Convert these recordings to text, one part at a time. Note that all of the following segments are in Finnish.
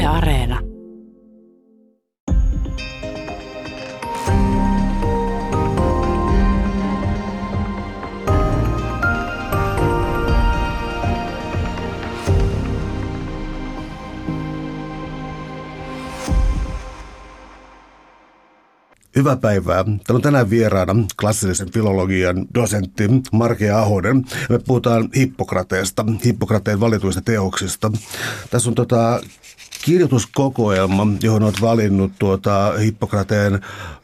Yle Areena. Hyvää päivää. Täällä on tänään vieraana klassillisen filologian dosentti Marke Ahonen. Me puhutaan Hippokrateesta, Hippokrateen valituista teoksista. Tässä on kirjoituskokoelma, johon olet valinnut Hippokrateen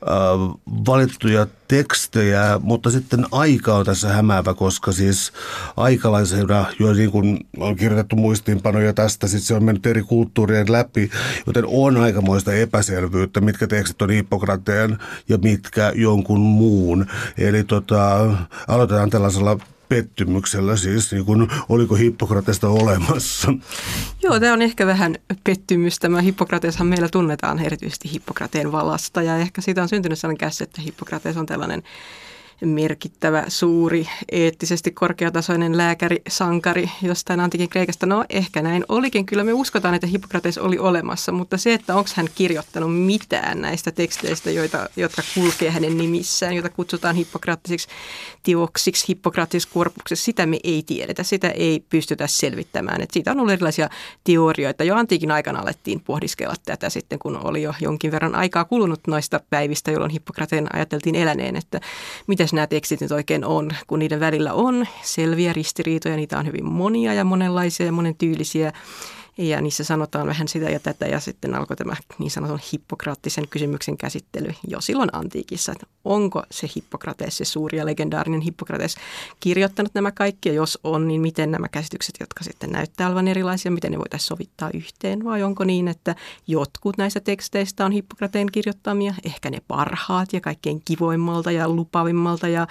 valittuja tekstejä, mutta sitten aika on tässä hämäävä, koska siis aikalaisena jo niin kuin on kirjoitettu muistiinpanoja tästä, sitten se on mennyt eri kulttuurien läpi, joten on aikamoista epäselvyyttä, mitkä tekstit on Hippokrateen ja mitkä jonkun muun. Eli aloitetaan tällaisella pettymyksellä siis, niin kuin, oliko Hippokratesta olemassa? Joo, tämä on ehkä vähän pettymys. Tämä Hippokrateshan meillä tunnetaan erityisesti Hippokrateen valasta ja ehkä siitä on syntynyt sellainen käsitys, että Hippokrates on tällainen merkittävä, suuri, eettisesti korkeatasoinen lääkäri, sankari jostain antiikin Kreikasta. No ehkä näin olikin. Kyllä me uskotaan, että Hippokrates oli olemassa, mutta se, että onko hän kirjoittanut mitään näistä teksteistä, jotka kulkee hänen nimissään, joita kutsutaan hippokraattisiksi teoksiksi, hippokraattisiksi korpuksiksi, sitä me ei tiedetä. Sitä ei pystytä selvittämään. Et siitä on ollut erilaisia teorioita. Jo antiikin aikana alettiin pohdiskella tätä sitten, kun oli jo jonkin verran aikaa kulunut noista päivistä, jolloin Hippokrateen ajateltiin eläneen, että mitä nämä tekstit nyt oikein on, kun niiden välillä on selviä ristiriitoja, niitä on hyvin monia ja monenlaisia ja monentyylisiä. Ja niissä sanotaan vähän sitä ja tätä ja sitten alkoi tämä niin sanotun hippokraattisen kysymyksen käsittely jo silloin antiikissa, että onko se Hippokrates, se suuri ja legendaarinen Hippokrates kirjoittanut nämä kaikki ja jos on, niin miten nämä käsitykset, jotka sitten näyttää olevan erilaisia, miten ne voitaisiin sovittaa yhteen vai onko niin, että jotkut näistä teksteistä on Hippokrateen kirjoittamia, ehkä ne parhaat ja kaikkein kivoimmalta ja lupavimmalta ja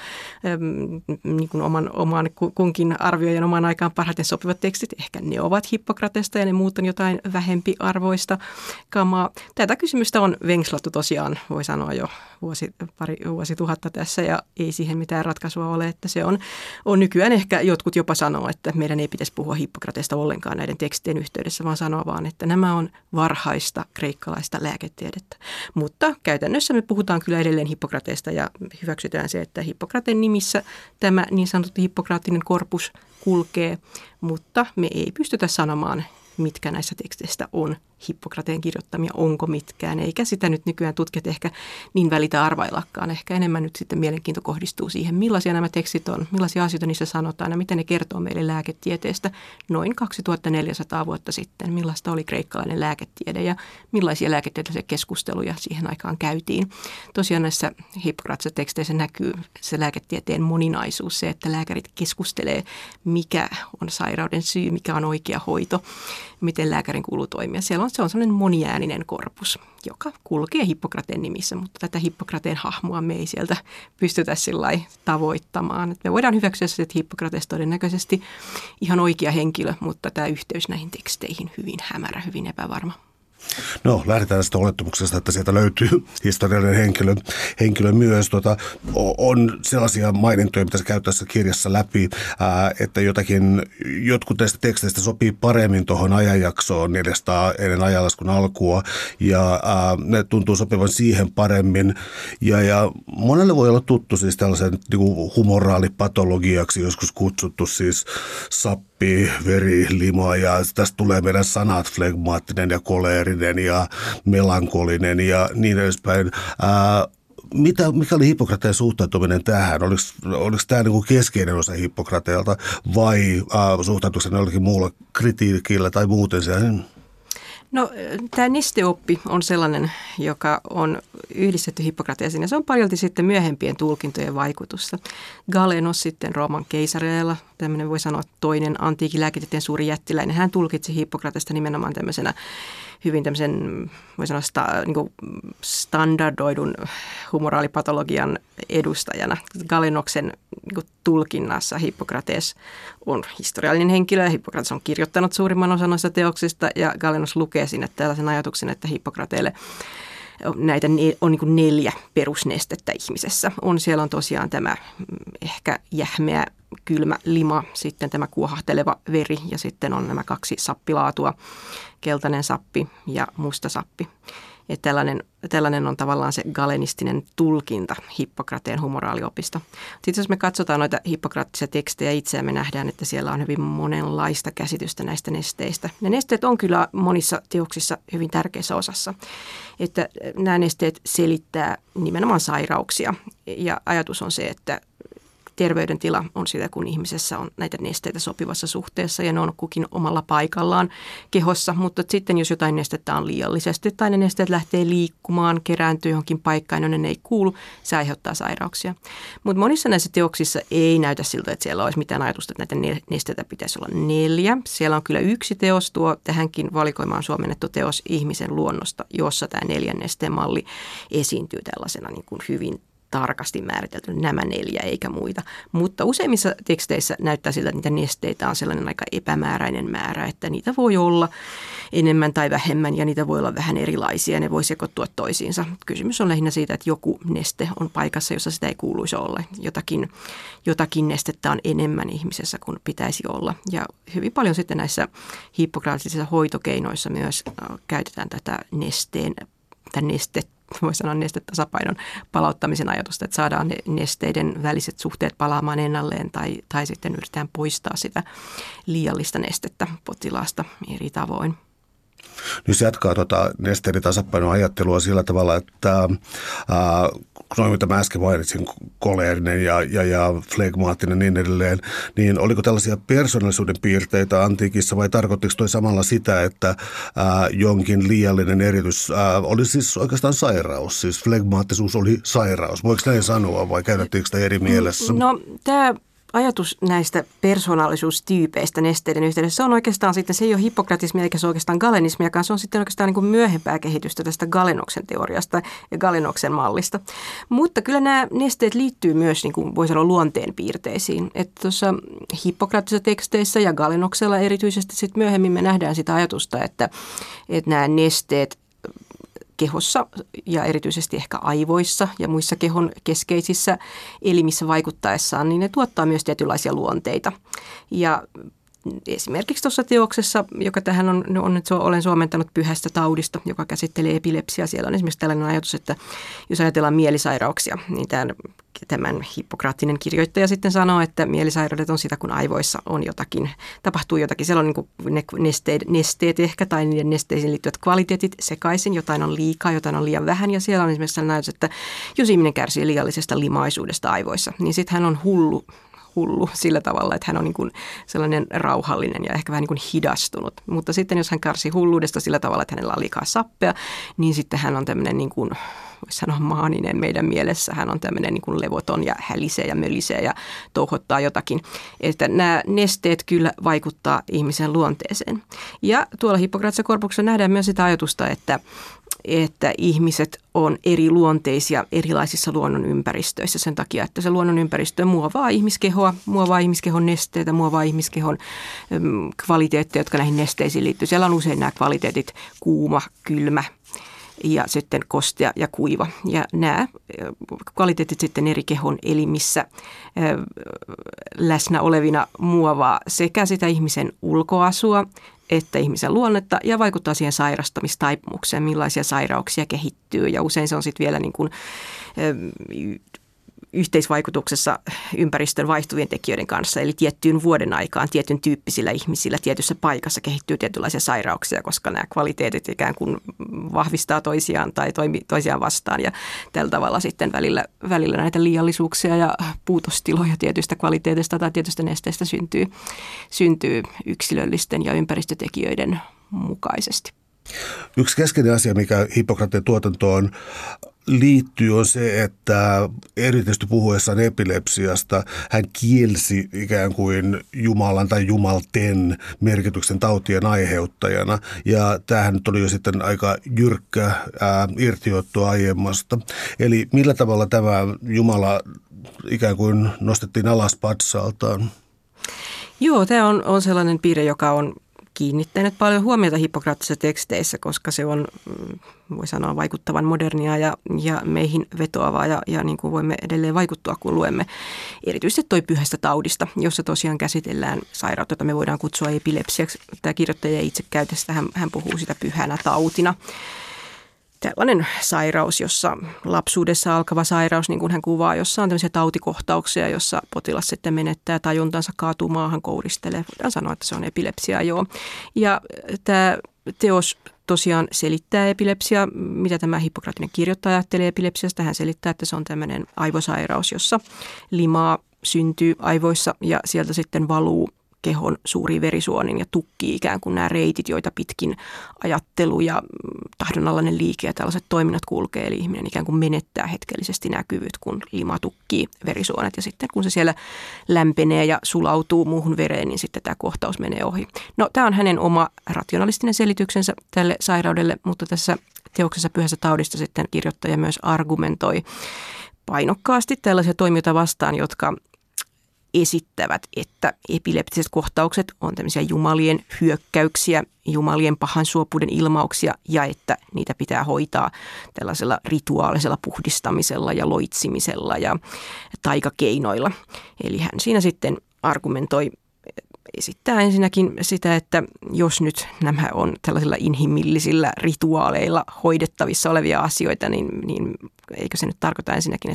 niin kuin oman kunkin arvioijan omaan aikaan parhaiten sopivat tekstit, ehkä ne ovat Hippokratesta ja ne muut on jotain vähempiarvoista kamaa. Tätä kysymystä on venkslattu tosiaan, voi sanoa jo vuosituhatta tässä ja ei siihen mitään ratkaisua ole, että se on nykyään ehkä jotkut jopa sanoo, että meidän ei pitäisi puhua Hippokrateesta ollenkaan näiden tekstien yhteydessä, vaan sanoa vaan, että nämä on varhaista kreikkalaista lääketiedettä. Mutta käytännössä me puhutaan kyllä edelleen Hippokrateesta ja hyväksytään se, että Hippokrateen nimissä tämä niin sanottu hippokraattinen korpus kulkee, mutta me ei pystytä sanomaan, mitkä näissä teksteistä on Hippokrateen kirjoittamia, onko mitkään, eikä sitä nyt nykyään tutkijat ehkä niin välitä arvaillakaan. Ehkä enemmän nyt sitten mielenkiinto kohdistuu siihen, millaisia nämä tekstit on, millaisia asioita niissä sanotaan ja miten ne kertoo meille lääketieteestä noin 2400 vuotta sitten, millaista oli kreikkalainen lääketiede ja millaisia lääketieteellisiä keskusteluja siihen aikaan käytiin. Tosiaan näissä Hippokraattisissa teksteissä näkyy se lääketieteen moninaisuus, se, että lääkärit keskustelee, mikä on sairauden syy, mikä on oikea hoito, miten lääkärin kuuluu toimia. Se on sellainen moniääninen korpus, joka kulkee Hippokrateen nimissä, mutta tätä Hippokrateen hahmoa me ei sieltä pystytä sillai tavoittamaan. Me voidaan hyväksyä, että Hippokrates todennäköisesti ihan oikea henkilö, mutta tämä yhteys näihin teksteihin hyvin hämärä, hyvin epävarma. No, lähdetään tästä olettamuksesta, että sieltä löytyy historiallinen henkilö myös. On sellaisia mainintoja, mitä se käy tässä kirjassa läpi, että jotkut näistä teksteistä sopii paremmin tuohon ajanjaksoon 400 ennen ajanlaskun alkua, ja ne tuntuu sopivan siihen paremmin. Ja monelle voi olla tuttu siis tällaisen niin kuin humoraalipatologiaksi, joskus kutsuttu siis sappi, veri, lima, ja tästä tulee meidän sanat flegmaattinen ja koleerinen ja melankolinen ja niin edespäin. Mikä oli Hippokrateen suhtautuminen tähän? Oliko tämä niin kuin keskeinen osa Hippokrateelta vai suhtautuiko se jollakin muulla kritiikillä tai muuten sen? No, tämä nesteoppi on sellainen, joka on yhdistetty Hippokrateesiin ja se on paljolti sitten myöhempien tulkintojen vaikutusta. Galenos sitten Rooman keisareilla, tämmöinen voi sanoa toinen antiikin lääketieteen suuri jättiläinen, hän tulkitsi Hippokratesta nimenomaan tämmöisenä hyvin tämmöisen, voi sanoa, niin standardoidun humoraalipatologian edustajana. Galenoksen niin tulkinnassa Hippokrates on historiallinen henkilö ja Hippokrates on kirjoittanut suurimman osan noista teoksista ja Galenos lukee sinne tällaisen ajatuksen, että Hippokrateelle on niin kuin 4 perusnestettä ihmisessä. Siellä on tosiaan tämä ehkä jähmeä kylmä lima, sitten tämä kuohahteleva veri ja sitten on nämä 2 sappilaatua, keltainen sappi ja musta sappi. Että tällainen on tavallaan se galenistinen tulkinta Hippokrateen humoraaliopista. Sitten jos me katsotaan noita hippokraattisia tekstejä itseään, me nähdään, että siellä on hyvin monenlaista käsitystä näistä nesteistä. Ne nesteet on kyllä monissa teoksissa hyvin tärkeässä osassa. Että nämä nesteet selittää nimenomaan sairauksia ja ajatus on se, että terveydentila on sitä, kun ihmisessä on näitä nesteitä sopivassa suhteessa ja ne on kukin omalla paikallaan kehossa. Mutta sitten jos jotain nestettä on liiallisesti tai ne nesteet lähtee liikkumaan, kerääntyy johonkin paikkaan, jonne ne ei kuulu, se aiheuttaa sairauksia. Mutta monissa näissä teoksissa ei näytä siltä, että siellä olisi mitään ajatusta, että näitä nesteitä pitäisi olla 4. Siellä on kyllä yksi teos, tuo tähänkin valikoimaan suomennettu teos ihmisen luonnosta, jossa tämä 4 nesteen malli esiintyy tällaisena niin kuin hyvin tarkasti määritelty nämä 4 eikä muita. Mutta useimmissa teksteissä näyttää siltä, että niitä nesteitä on sellainen aika epämääräinen määrä, että niitä voi olla enemmän tai vähemmän ja niitä voi olla vähän erilaisia. Ne voi sekoittua toisiinsa. Kysymys on lähinnä siitä, että joku neste on paikassa, jossa sitä ei kuuluisi olla. Jotakin nestettä on enemmän ihmisessä kuin pitäisi olla. Ja hyvin paljon sitten näissä hippokraattisissa hoitokeinoissa myös käytetään tätä voi sanoa nestetasapainon palauttamisen ajatusta, että saadaan ne nesteiden väliset suhteet palaamaan ennalleen tai sitten yritetään poistaa sitä liiallista nestettä potilaasta eri tavoin. Nyt jatkaa nesteiden tasapainon ajattelua sillä tavalla, että noin mitä mä äsken mainitsin, koleerinen ja flegmaattinen niin edelleen, niin oliko tällaisia persoonallisuuden piirteitä antiikissa vai tarkoittiko toi samalla sitä, että jonkin liiallinen eritys oli siis oikeastaan sairaus, siis flegmaattisuus oli sairaus. Voiko näin sanoa vai käytettiinkö sitä eri mielessä? No tämä ajatus näistä persoonallisuustyypeistä nesteiden yhteydessä on oikeastaan sitten, se ei ole hippokratismia eikä se ole oikeastaan galenismiakaan, se on sitten oikeastaan niin kuin myöhempää kehitystä tästä Galenoksen teoriasta ja Galenoksen mallista. Mutta kyllä nämä nesteet liittyy myös, niin kuin voi sanoa, luonteen piirteisiin. Että tuossa hippokraattisissa teksteissä ja Galenoksella erityisesti sitten myöhemmin me nähdään sitä ajatusta, että nämä nesteet kehossa ja erityisesti ehkä aivoissa ja muissa kehon keskeisissä elimissä vaikuttaessaan, niin ne tuottaa myös tietynlaisia luonteita. Ja esimerkiksi tuossa teoksessa, joka tähän olen suomentanut Pyhästä taudista, joka käsittelee epilepsiaa, siellä on esimerkiksi tällainen ajatus, että jos ajatellaan mielisairauksia, niin tämän hippokraattinen kirjoittaja sitten sanoo, että mielisairaudet on sitä, kun aivoissa on jotakin, tapahtuu jotakin. Siellä on niin kuin ne nesteet ehkä tai niiden nesteisiin liittyvät kvaliteetit sekaisin, jotain on liikaa, jotain on liian vähän. Ja siellä on esimerkiksi sellainen ajatus, että jos ihminen kärsii liiallisesta limaisuudesta aivoissa, niin sitten hän on hullu sillä tavalla, että hän on niin kuin sellainen rauhallinen ja ehkä vähän niin kuin hidastunut. Mutta sitten jos hän kärsii hulluudesta sillä tavalla, että hänellä on liikaa sappea, niin sitten hän on tämmöinen niin kuin, voisi sanoa maaninen meidän mielessä. Hän on tämmöinen niin kuin levoton ja hälisee ja mölisee ja touhottaa jotakin. Että nämä nesteet kyllä vaikuttaa ihmisen luonteeseen. Ja tuolla Hippokraattisessa korpuksessa nähdään myös sitä ajatusta, että ihmiset on eri luonteisia erilaisissa luonnonympäristöissä sen takia, että se luonnonympäristö muovaa ihmiskehoa, muovaa ihmiskehon nesteitä, muovaa ihmiskehon kvaliteetteja, jotka näihin nesteisiin liittyy. Siellä on usein nämä kvaliteetit kuuma, kylmä ja sitten kostea ja kuiva. Ja nämä kvaliteetit sitten eri kehon elimissä läsnä olevina muovaa sekä sitä ihmisen ulkoasua, että ihmisen luonnetta ja vaikuttaa siihen sairastamistaipumukseen, millaisia sairauksia kehittyy. Ja usein se on sitten vielä niin kuin, yhteisvaikutuksessa ympäristön vaihtuvien tekijöiden kanssa. Eli tiettyyn vuoden aikaan tietyn tyyppisillä ihmisillä tietyssä paikassa kehittyy tietynlaisia sairauksia, koska nämä kvaliteetit ikään kuin vahvistaa toisiaan tai toimii toisiaan vastaan. Ja tällä tavalla sitten välillä näitä liiallisuuksia ja puutostiloja tietystä kvaliteetista tai tietystä nesteestä syntyy yksilöllisten ja ympäristötekijöiden mukaisesti. Yksi keskeinen asia, mikä Hippokrateen tuotantoon liittyy, on se, että erityisesti puhuessaan epilepsiasta hän kielsi ikään kuin Jumalan tai jumalten merkityksen tautien aiheuttajana. Ja tämähän nyt oli jo sitten aika jyrkkä irtiotto aiemmasta. Eli millä tavalla tämä Jumala ikään kuin nostettiin alas patsaltaan? Joo, tämä on sellainen piirre, joka on kiinnittänyt paljon huomiota hippokraattisissa teksteissä, koska se on, voi sanoa, vaikuttavan modernia ja meihin vetoavaa ja niin kuin voimme edelleen vaikuttua, kun luemme erityisesti toi Pyhästä taudista, jossa tosiaan käsitellään sairautta, jota me voidaan kutsua epilepsiaksi. Tämä kirjoittaja itse käytöstä, hän puhuu sitä pyhänä tautina. Tällainen sairaus, jossa lapsuudessa alkava sairaus, niin kuin hän kuvaa, jossa on tämmöisiä tautikohtauksia, jossa potilas sitten menettää tajuntansa, kaatuu maahan, kouristelee. Voidaan sanoa, että se on epilepsia, joo. Ja tämä teos tosiaan selittää epilepsia, mitä tämä hippokraattinen kirjoittaja ajattelee epilepsiasta. Hän selittää, että se on tämmöinen aivosairaus, jossa limaa syntyy aivoissa ja sieltä sitten valuu kehon suuriin verisuoniin ja tukkii ikään kuin nämä reitit, joita pitkin ajattelu ja tahdonalainen liike ja tällaiset toiminnat kulkee. Eli ihminen ikään kuin menettää hetkellisesti näkyvyyt, kun lima tukkii verisuonet ja sitten kun se siellä lämpenee ja sulautuu muuhun vereen, niin sitten tämä kohtaus menee ohi. No tämä on hänen oma rationalistinen selityksensä tälle sairaudelle, mutta tässä teoksessa Pyhässä taudista sitten kirjoittaja myös argumentoi painokkaasti tällaisia toimijoita vastaan, jotka esittävät, että epileptiset kohtaukset on tämmöisiä jumalien hyökkäyksiä, jumalien pahan suopuuden ilmauksia ja että niitä pitää hoitaa tällaisella rituaalisella puhdistamisella ja loitsimisella ja taikakeinoilla. Eli hän siinä sitten argumentoi, esittää ensinnäkin sitä, että jos nyt nämä on tällaisilla inhimillisillä rituaaleilla hoidettavissa olevia asioita, niin eikö se nyt tarkoita ensinnäkin,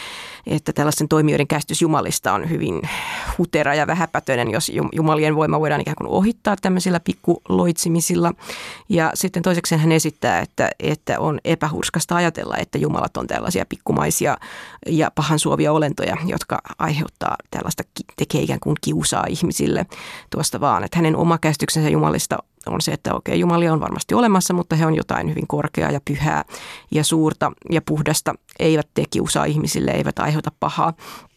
että tällaisten toimijoiden käsitys jumalista on hyvin hutera ja vähäpätöinen, jos jumalien voima voidaan ikään kuin ohittaa tämmöisillä pikkuloitsimisilla. Ja sitten toiseksi hän esittää, että on epähurskasta ajatella, että jumalat on tällaisia pikkumaisia ja pahansuovia olentoja, jotka aiheuttaa tällaista, tekee ikään kuin kiusaa ihmisille tuosta vaan. Että hänen oma käsityksensä jumalista on se, että okei, jumalia on varmasti olemassa, mutta he on jotain hyvin korkeaa ja pyhää ja suurta ja puhdasta, eivät tee kiusaa ihmisille, eivät aiheuta pahaa.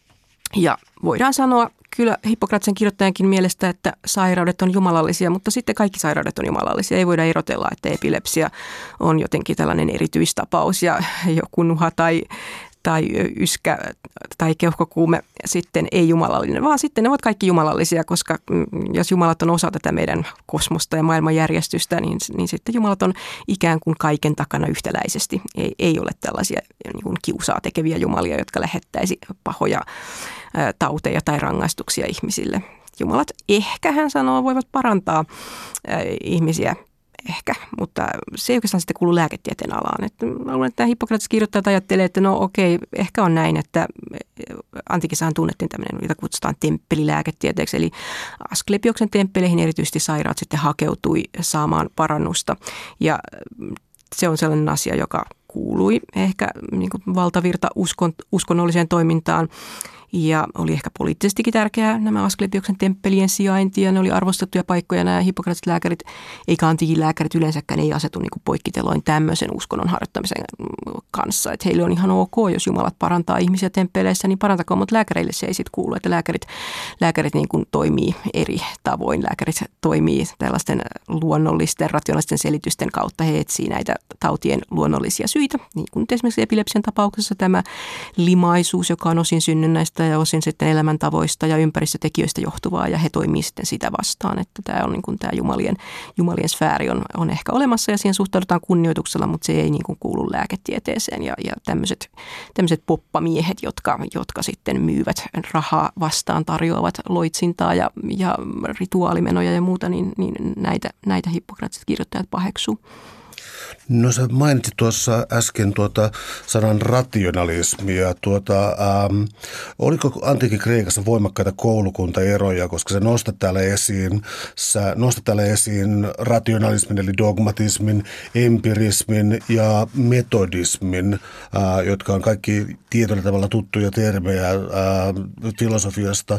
Ja voidaan sanoa kyllä Hippokraattisen kirjoittajankin mielestä, että sairaudet on jumalallisia, mutta sitten kaikki sairaudet on jumalallisia. Ei voida erotella, että epilepsia on jotenkin tällainen erityistapaus ja joku nuha tai yskä tai keuhkokuume sitten ei jumalallinen, vaan sitten ne ovat kaikki jumalallisia, koska jos jumalat on osa tätä meidän kosmosta ja maailmanjärjestystä, niin sitten jumalat on ikään kuin kaiken takana yhtäläisesti. Ei ole tällaisia niin kuin kiusaa tekeviä jumalia, jotka lähettäisi pahoja tauteja tai rangaistuksia ihmisille. Jumalat ehkä, hän sanoo, voivat parantaa ihmisiä. Ehkä, mutta se ei oikeastaan sitten kuulu lääketieteen alaan. Että mä luulen, että tämä Hippokrates kirjoittajat ajattelee, että no okei, ehkä on näin, että antiikissahan tunnettiin tämmöinen, jota kutsutaan temppelilääketieteeksi, eli Asklepioksen temppeleihin erityisesti sairaat sitten hakeutui saamaan parannusta. Ja se on sellainen asia, joka kuului ehkä niin kuin valtavirta uskonnolliseen toimintaan. Ja oli ehkä poliittisestikin tärkeää nämä Asklepioksen temppelien sijainti ja ne oli arvostettuja paikkoja. Nämä hippokraattiset lääkärit, eikä antiikin lääkärit yleensäkään ei asetu niin kuin poikkiteloin tämmöisen uskonnon harjoittamisen kanssa. Että heille on ihan ok, jos jumalat parantaa ihmisiä temppeleissä, niin parantakoon, mutta lääkäreille se ei sitten kuulu. Että lääkärit niin kuin toimii eri tavoin. Lääkärit toimii tällaisten luonnollisten, rationaalisten selitysten kautta. He etsii näitä tautien luonnollisia syitä, niin kuin esimerkiksi epilepsian tapauksessa tämä limaisuus, joka on osin synnynnäistä ja osin sitten elämäntavoista ja ympäristötekijöistä johtuvaa, ja he toimii sitten sitä vastaan, että tämä on niin kuin tämä jumalien sfääri on ehkä olemassa ja siihen suhtaudutaan kunnioituksella, mutta se ei niin kuin kuulu lääketieteeseen ja tämmöiset poppamiehet, jotka sitten myyvät rahaa vastaan, tarjoavat loitsintaa ja rituaalimenoja ja muuta, niin näitä hippokraattiset kirjoittajat paheksuu. No sä mainitsit tuossa äsken sanan rationalismi ja oliko antiikin Kreikassa voimakkaita koulukuntaeroja, koska sä nostat täällä esiin rationalismin eli dogmatismin, empirismin ja metodismin, jotka on kaikki tietyllä tavalla tuttuja termejä filosofiasta.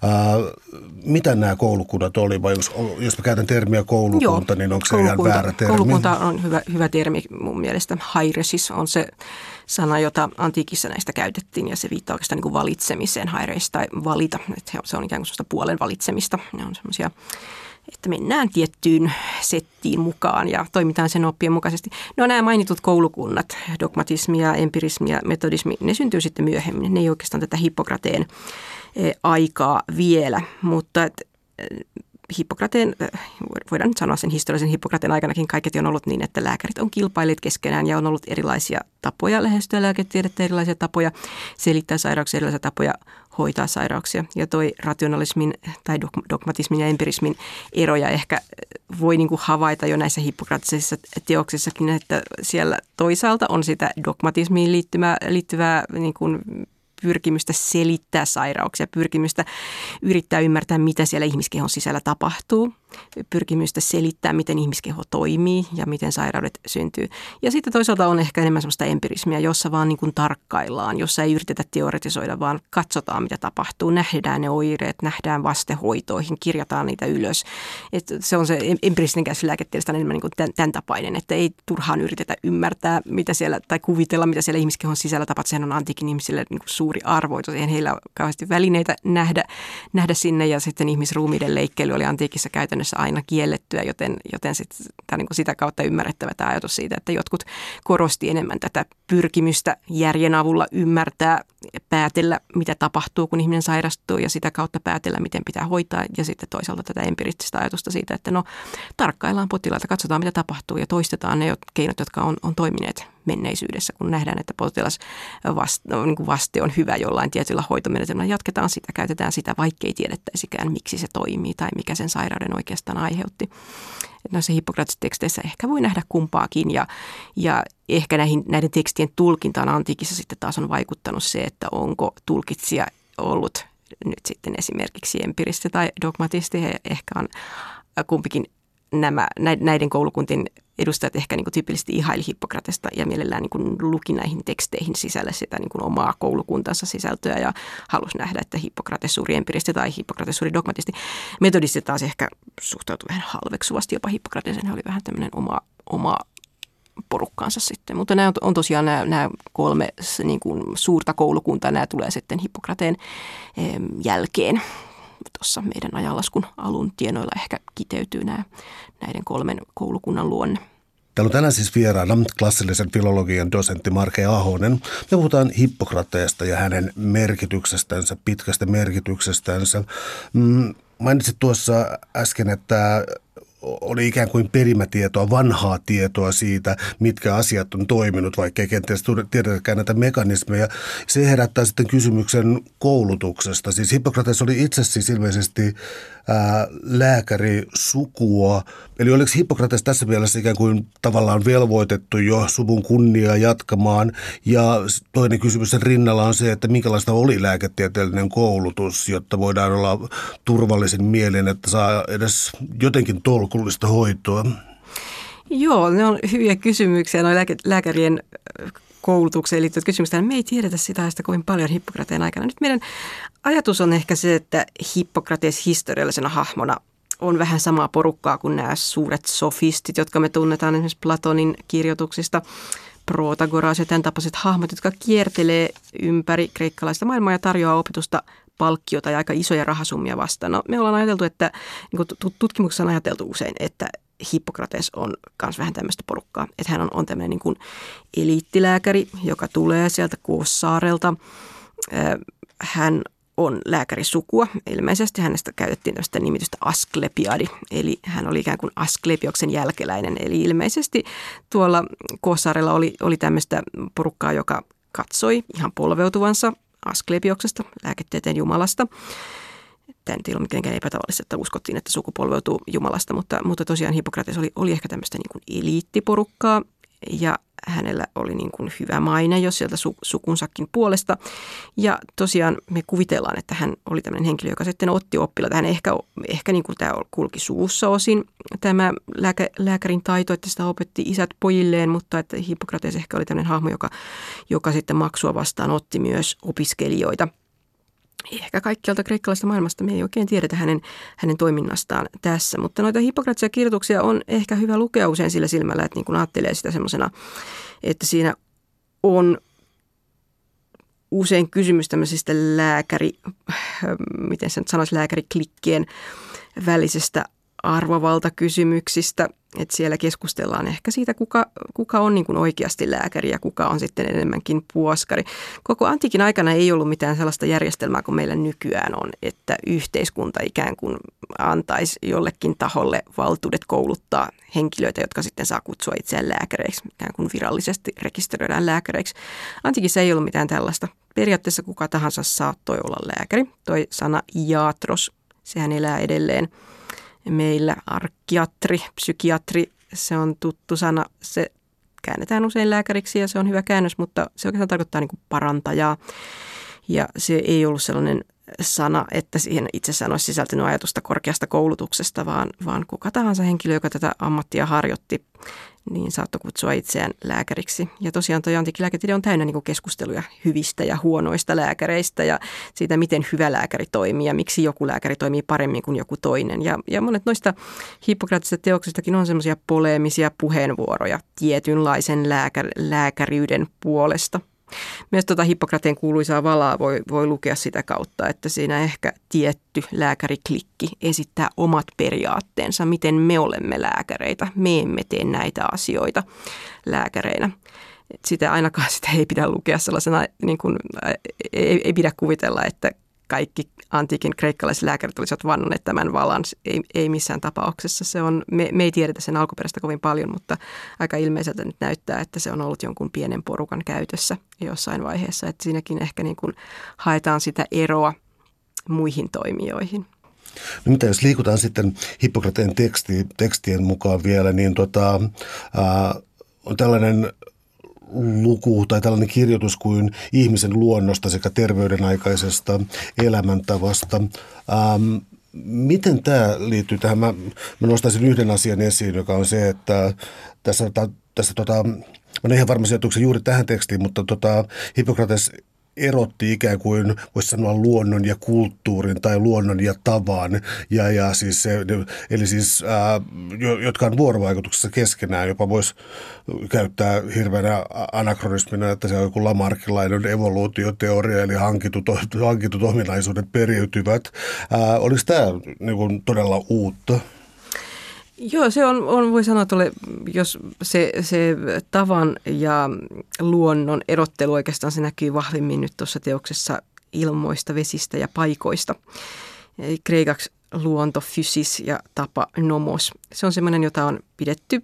Mitä nämä koulukunnat oli, vai jos mä käytän termiä koulukunta, niin onko se ihan väärä termi? Koulukunta on hyvä termi mun mielestä. Hairesis on se sana, jota antiikissa näistä käytettiin, ja se viittaa oikeastaan niin kuin valitsemiseen, haireis tai valita. Että se on ikään kuin sellaista puolen valitsemista. Ne on semmoisia, että mennään tiettyyn settiin mukaan ja toimitaan sen oppien mukaisesti. No nämä mainitut koulukunnat, dogmatismi ja empirismi ja metodismi, ne syntyy sitten myöhemmin. Ne ei oikeastaan tätä Hippokrateen aikaa vielä, mutta Hippokrateen, voidaan nyt sanoa sen historiallisen Hippokrateen aikanakin kaiketi on ollut niin, että lääkärit on kilpailleet keskenään ja on ollut erilaisia tapoja lähestyä lääketiedettä, erilaisia tapoja selittää sairauksia, erilaisia tapoja hoitaa sairauksia. Ja toi rationalismin tai dogmatismin ja empirismin eroja ehkä voi niin kuin havaita jo näissä hippokraattisissa teoksissakin, että siellä toisaalta on sitä dogmatismiin liittyvää niin kuin pyrkimystä selittää sairauksia, pyrkimystä yrittää ymmärtää, mitä siellä ihmiskehon sisällä tapahtuu, pyrkimystä selittää, miten ihmiskeho toimii ja miten sairaudet syntyy. Ja sitten toisaalta on ehkä enemmän sellaista empirismiä, jossa vaan niin kuin tarkkaillaan, jossa ei yritetä teoretisoida, vaan katsotaan, mitä tapahtuu, nähdään ne oireet, nähdään vastehoitoihin, kirjataan niitä ylös. Että se on se empiristinen käsitys lääketieteestä enemmän niin kuin tämän tapainen, että ei turhaan yritetä ymmärtää, mitä siellä, tai kuvitella, mitä siellä ihmiskehon sisällä tapahtuu. Sehän on antiikin ihmisille niin kuin suuri arvoitus. Eihän heillä ole kauheasti välineitä nähdä sinne, ja sitten ihmisruumiiden leikkeily oli antiikissa käytännössä aina kiellettyä, joten tämä niin kuin sitä kautta ymmärrettävä tämä ajatus siitä, että jotkut korosti enemmän tätä pyrkimystä järjen avulla ymmärtää, päätellä, mitä tapahtuu, kun ihminen sairastuu, ja sitä kautta päätellä, miten pitää hoitaa, ja sitten toisaalta tätä empiiristä ajatusta siitä, että tarkkaillaan potilaita, katsotaan, mitä tapahtuu, ja toistetaan ne keinot, jotka on toimineet menneisyydessä, kun nähdään, että potilas vaste on hyvä jollain tietyllä hoitomenetelmällä. Jatketaan sitä, käytetään sitä, vaikkei tiedettäisikään, miksi se toimii tai mikä sen sairauden oikeastaan aiheutti. Noissa hippokraattisissa teksteissä ehkä voi nähdä kumpaakin ja ehkä näiden tekstien tulkintaan antiikissa sitten taas on vaikuttanut se, että onko tulkitsija ollut nyt sitten esimerkiksi empiristi tai dogmatisti. He ehkä on kumpikin näiden koulukuntien edustajat ehkä niin kuin tyypillisesti ihaili Hippokratesta ja mielellään niin kuin luki näihin teksteihin sisälle sitä niin kuin omaa koulukuntansa sisältöä ja halusi nähdä, että Hippokrates suuri empiristi tai Hippokrates suuri dogmatisti. Metodistit taas ehkä suhtautui vähän halveksuvasti jopa Hippokrateseen. He oli vähän tämmöinen oma porukkaansa sitten. Mutta nämä on tosiaan nämä kolme niin kuin suurta koulukuntaa. Nämä tulee sitten Hippokrateen jälkeen. Tuossa meidän ajanlaskun alun tienoilla ehkä kiteytyy näiden kolmen koulukunnan luonne. Täällä on tänään siis vieraana klassillisen filologian dosentti Marke Ahonen. Me puhutaan Hippokrateesta ja hänen merkityksestänsä, pitkästä merkityksestänsä. Mainitsit tuossa äsken, että oli ikään kuin perimätietoa, vanhaa tietoa siitä, mitkä asiat on toiminut, vaikka ei kenties tiedetäkään näitä mekanismeja. Se herättää sitten kysymyksen koulutuksesta. Siis Hippokrates oli itse siis ilmeisesti lääkärisukua. Eli oliko Hippokrates tässä mielessä ikään kuin tavallaan velvoitettu jo suvun kunniaa jatkamaan? Ja toinen kysymys sen rinnalla on se, että minkälaista oli lääketieteellinen koulutus, jotta voidaan olla turvallisin mielin, että saa edes jotenkin tolkullista hoitoa? Joo, ne on hyviä kysymyksiä. Nuo lääkärien koulutukseen liittyvät kysymykset. Me ei tiedetä sitä kovin paljon Hippokrateen aikana. Nyt meidän ajatus on ehkä se, että Hippokrates historiallisena hahmona on vähän samaa porukkaa kuin nämä suuret sofistit, jotka me tunnetaan esimerkiksi Platonin kirjoituksista. Protagoras ja tämän tapaiset hahmot, jotka kiertelee ympäri kreikkalaista maailmaa ja tarjoaa opetusta palkkiota ja aika isoja rahasummia vastaan. No, me ollaan ajateltu, että niin tutkimuksessa on ajateltu usein, että Hippokrates on myös vähän tämmöistä porukkaa, että hän on tämmöinen niin kuin eliittilääkäri, joka tulee sieltä Koossaarelta. Hän on lääkärisukua. Ilmeisesti hänestä käytettiin tämmöistä nimitystä Asklepiadi, eli hän oli ikään kuin Asklepioksen jälkeläinen. Eli ilmeisesti tuolla Koossaarella oli tämmöistä porukkaa, joka katsoi ihan polveutuvansa Asklepioksesta, lääketieteen jumalasta. Tämä ei ole mitenkään epätavallista, että uskottiin, että suku polveutuu Jumalasta, mutta tosiaan Hippokrates oli ehkä tämmöistä niin kuin eliittiporukkaa ja hänellä oli niin kuin hyvä maine jo sieltä sukunsakin puolesta. Ja tosiaan me kuvitellaan, että hän oli tämmöinen henkilö, joka sitten otti oppilaita. Hän ehkä niin kuin tämä kulki suvussa osin tämä lääkärin taito, että sitä opetti isät pojilleen, mutta että Hippokrates ehkä oli tämmöinen hahmo, joka sitten maksua vastaan otti myös opiskelijoita. Ehkä kaikkialta kreikkalaisesta maailmasta me ei oikein tiedetä hänen toiminnastaan tässä, mutta noita hippokratisia kirjoituksia on ehkä hyvä lukea usein sillä silmällä, että niin kun ajattelee sitä semmoisena, että siinä on usein kysymys tämmöisistä lääkäriklikkien välisestä arvovaltakysymyksistä. että siellä keskustellaan ehkä siitä, kuka on niin kuin oikeasti lääkäri ja kuka on sitten enemmänkin puoskari. Koko antiikin aikana ei ollut mitään sellaista järjestelmää kuin meillä nykyään on, että yhteiskunta ikään kuin antaisi jollekin taholle valtuudet kouluttaa henkilöitä, jotka sitten saa kutsua itseään lääkäreiksi, ikään kuin virallisesti rekisteröidään lääkäreiksi. Antiikissa ei ollut mitään tällaista. Periaatteessa kuka tahansa saattoi olla lääkäri. Toi sana iatros, sehän elää edelleen meillä. Arkiatri, psykiatri, se on tuttu sana. Se käännetään usein lääkäriksi ja se on hyvä käännös, mutta se oikeastaan tarkoittaa niin kuin parantajaa. Ja se ei ollut sellainen sana, että siihen itsessään olisi sisältynyt ajatusta korkeasta koulutuksesta, vaan kuka tahansa henkilö, joka tätä ammattia harjoitti, niin saattoi kutsua itseään lääkäriksi. Ja tosiaan tuo antiikin lääketiede on täynnä niin kuin keskusteluja hyvistä ja huonoista lääkäreistä ja siitä, miten hyvä lääkäri toimii ja miksi joku lääkäri toimii paremmin kuin joku toinen. Ja monet noista hippokraattisista teoksistakin on semmoisia poleemisia puheenvuoroja tietynlaisen lääkäriyden puolesta. Myös Hippokrateen kuuluisaa valaa voi lukea sitä kautta, että siinä ehkä tietty lääkäriklikki esittää omat periaatteensa, miten me olemme lääkäreitä. Me emme tee näitä asioita lääkäreinä. Sitä ei pidä lukea sellaisena, niin kuin, ei pidä kuvitella, että kaikki antiikin kreikkalaiset lääkärit olisivat vannoneet tämän valan. Ei missään tapauksessa. Me ei tiedetä sen alkuperäistä kovin paljon, mutta aika ilmeiseltä nyt näyttää, että se on ollut jonkun pienen porukan käytössä jossain vaiheessa. Että siinäkin ehkä niin kuin haetaan sitä eroa muihin toimijoihin. No mitä jos liikutaan sitten Hippokrateen tekstien mukaan vielä, niin on tällainen luku tai tällainen kirjoitus kuin ihmisen luonnosta sekä terveyden aikaisesta elämäntavasta. Miten tämä liittyy tähän? Mä nostaisin yhden asian esiin, joka on se, että tässä mä en ihan varma sijoituksen juuri tähän tekstiin, mutta Hippokrates erotti ikään kuin, voisi sanoa, luonnon ja kulttuurin tai luonnon ja tavan, ja siis eli siis, jotka on vuorovaikutuksessa keskenään, jopa voisi käyttää hirveänä anakronismina, että se on joku lamarckilainen evoluutioteoria, eli hankitut ominaisuudet periytyvät. Oliko tämä niin kuin todella uutta? Joo, se on voi sanoa, että jos se tavan ja luonnon erottelu oikeastaan se näkyy vahvimmin nyt tuossa teoksessa ilmoista, vesistä ja paikoista. Kreikaksi luonto, fysis ja tapa, nomos. Se on semmoinen, jota on pidetty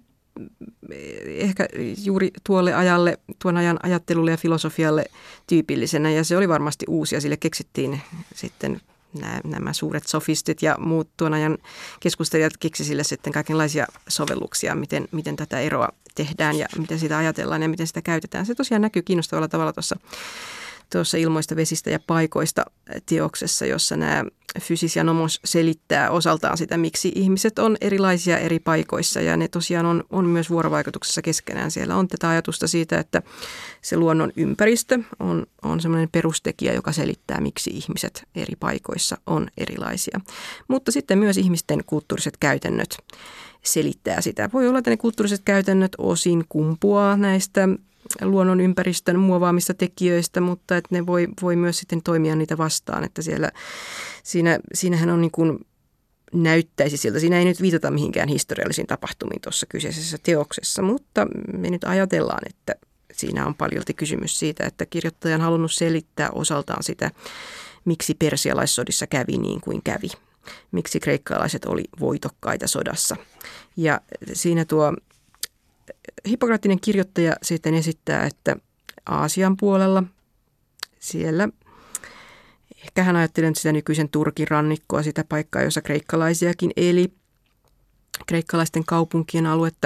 ehkä juuri tuon ajan ajattelulle ja filosofialle tyypillisenä, ja se oli varmasti uusi, ja sille keksittiin sitten nämä suuret sofistit ja muut tuon ajan keskustelijat keksi sille sitten kaikenlaisia sovelluksia, miten tätä eroa tehdään ja miten sitä ajatellaan ja miten sitä käytetään. Se tosiaan näkyy kiinnostavalla tavalla tuossa ilmoista, vesistä ja paikoista teoksessa, jossa nämä fysis ja nomos selittää osaltaan sitä, miksi ihmiset on erilaisia eri paikoissa, ja ne tosiaan on myös vuorovaikutuksessa keskenään. Siellä on tätä ajatusta siitä, että se luonnon ympäristö on semmoinen perustekijä, joka selittää, miksi ihmiset eri paikoissa on erilaisia. Mutta sitten myös ihmisten kulttuuriset käytännöt selittää sitä. Voi olla, että ne kulttuuriset käytännöt osin kumpuaa näistä luonnon ympäristön muovaamista tekijöistä, mutta että ne voi myös sitten toimia niitä vastaan, että siinähän on niin kuin näyttäisi siltä. Siinä ei nyt viitata mihinkään historiallisiin tapahtumiin tuossa kyseisessä teoksessa, mutta me nyt ajatellaan, että siinä on paljolti kysymys siitä, että kirjoittaja on halunnut selittää osaltaan sitä, miksi persialaissodissa kävi niin kuin kävi. Miksi kreikkalaiset oli voitokkaita sodassa. Ja siinä tuo hippokraattinen kirjoittaja sitten esittää, että Aasian puolella siellä, ehkä hän ajattelee sitä nykyisen Turkin rannikkoa, sitä paikkaa, jossa kreikkalaisiakin eli, kreikkalaisten kaupunkien aluetta.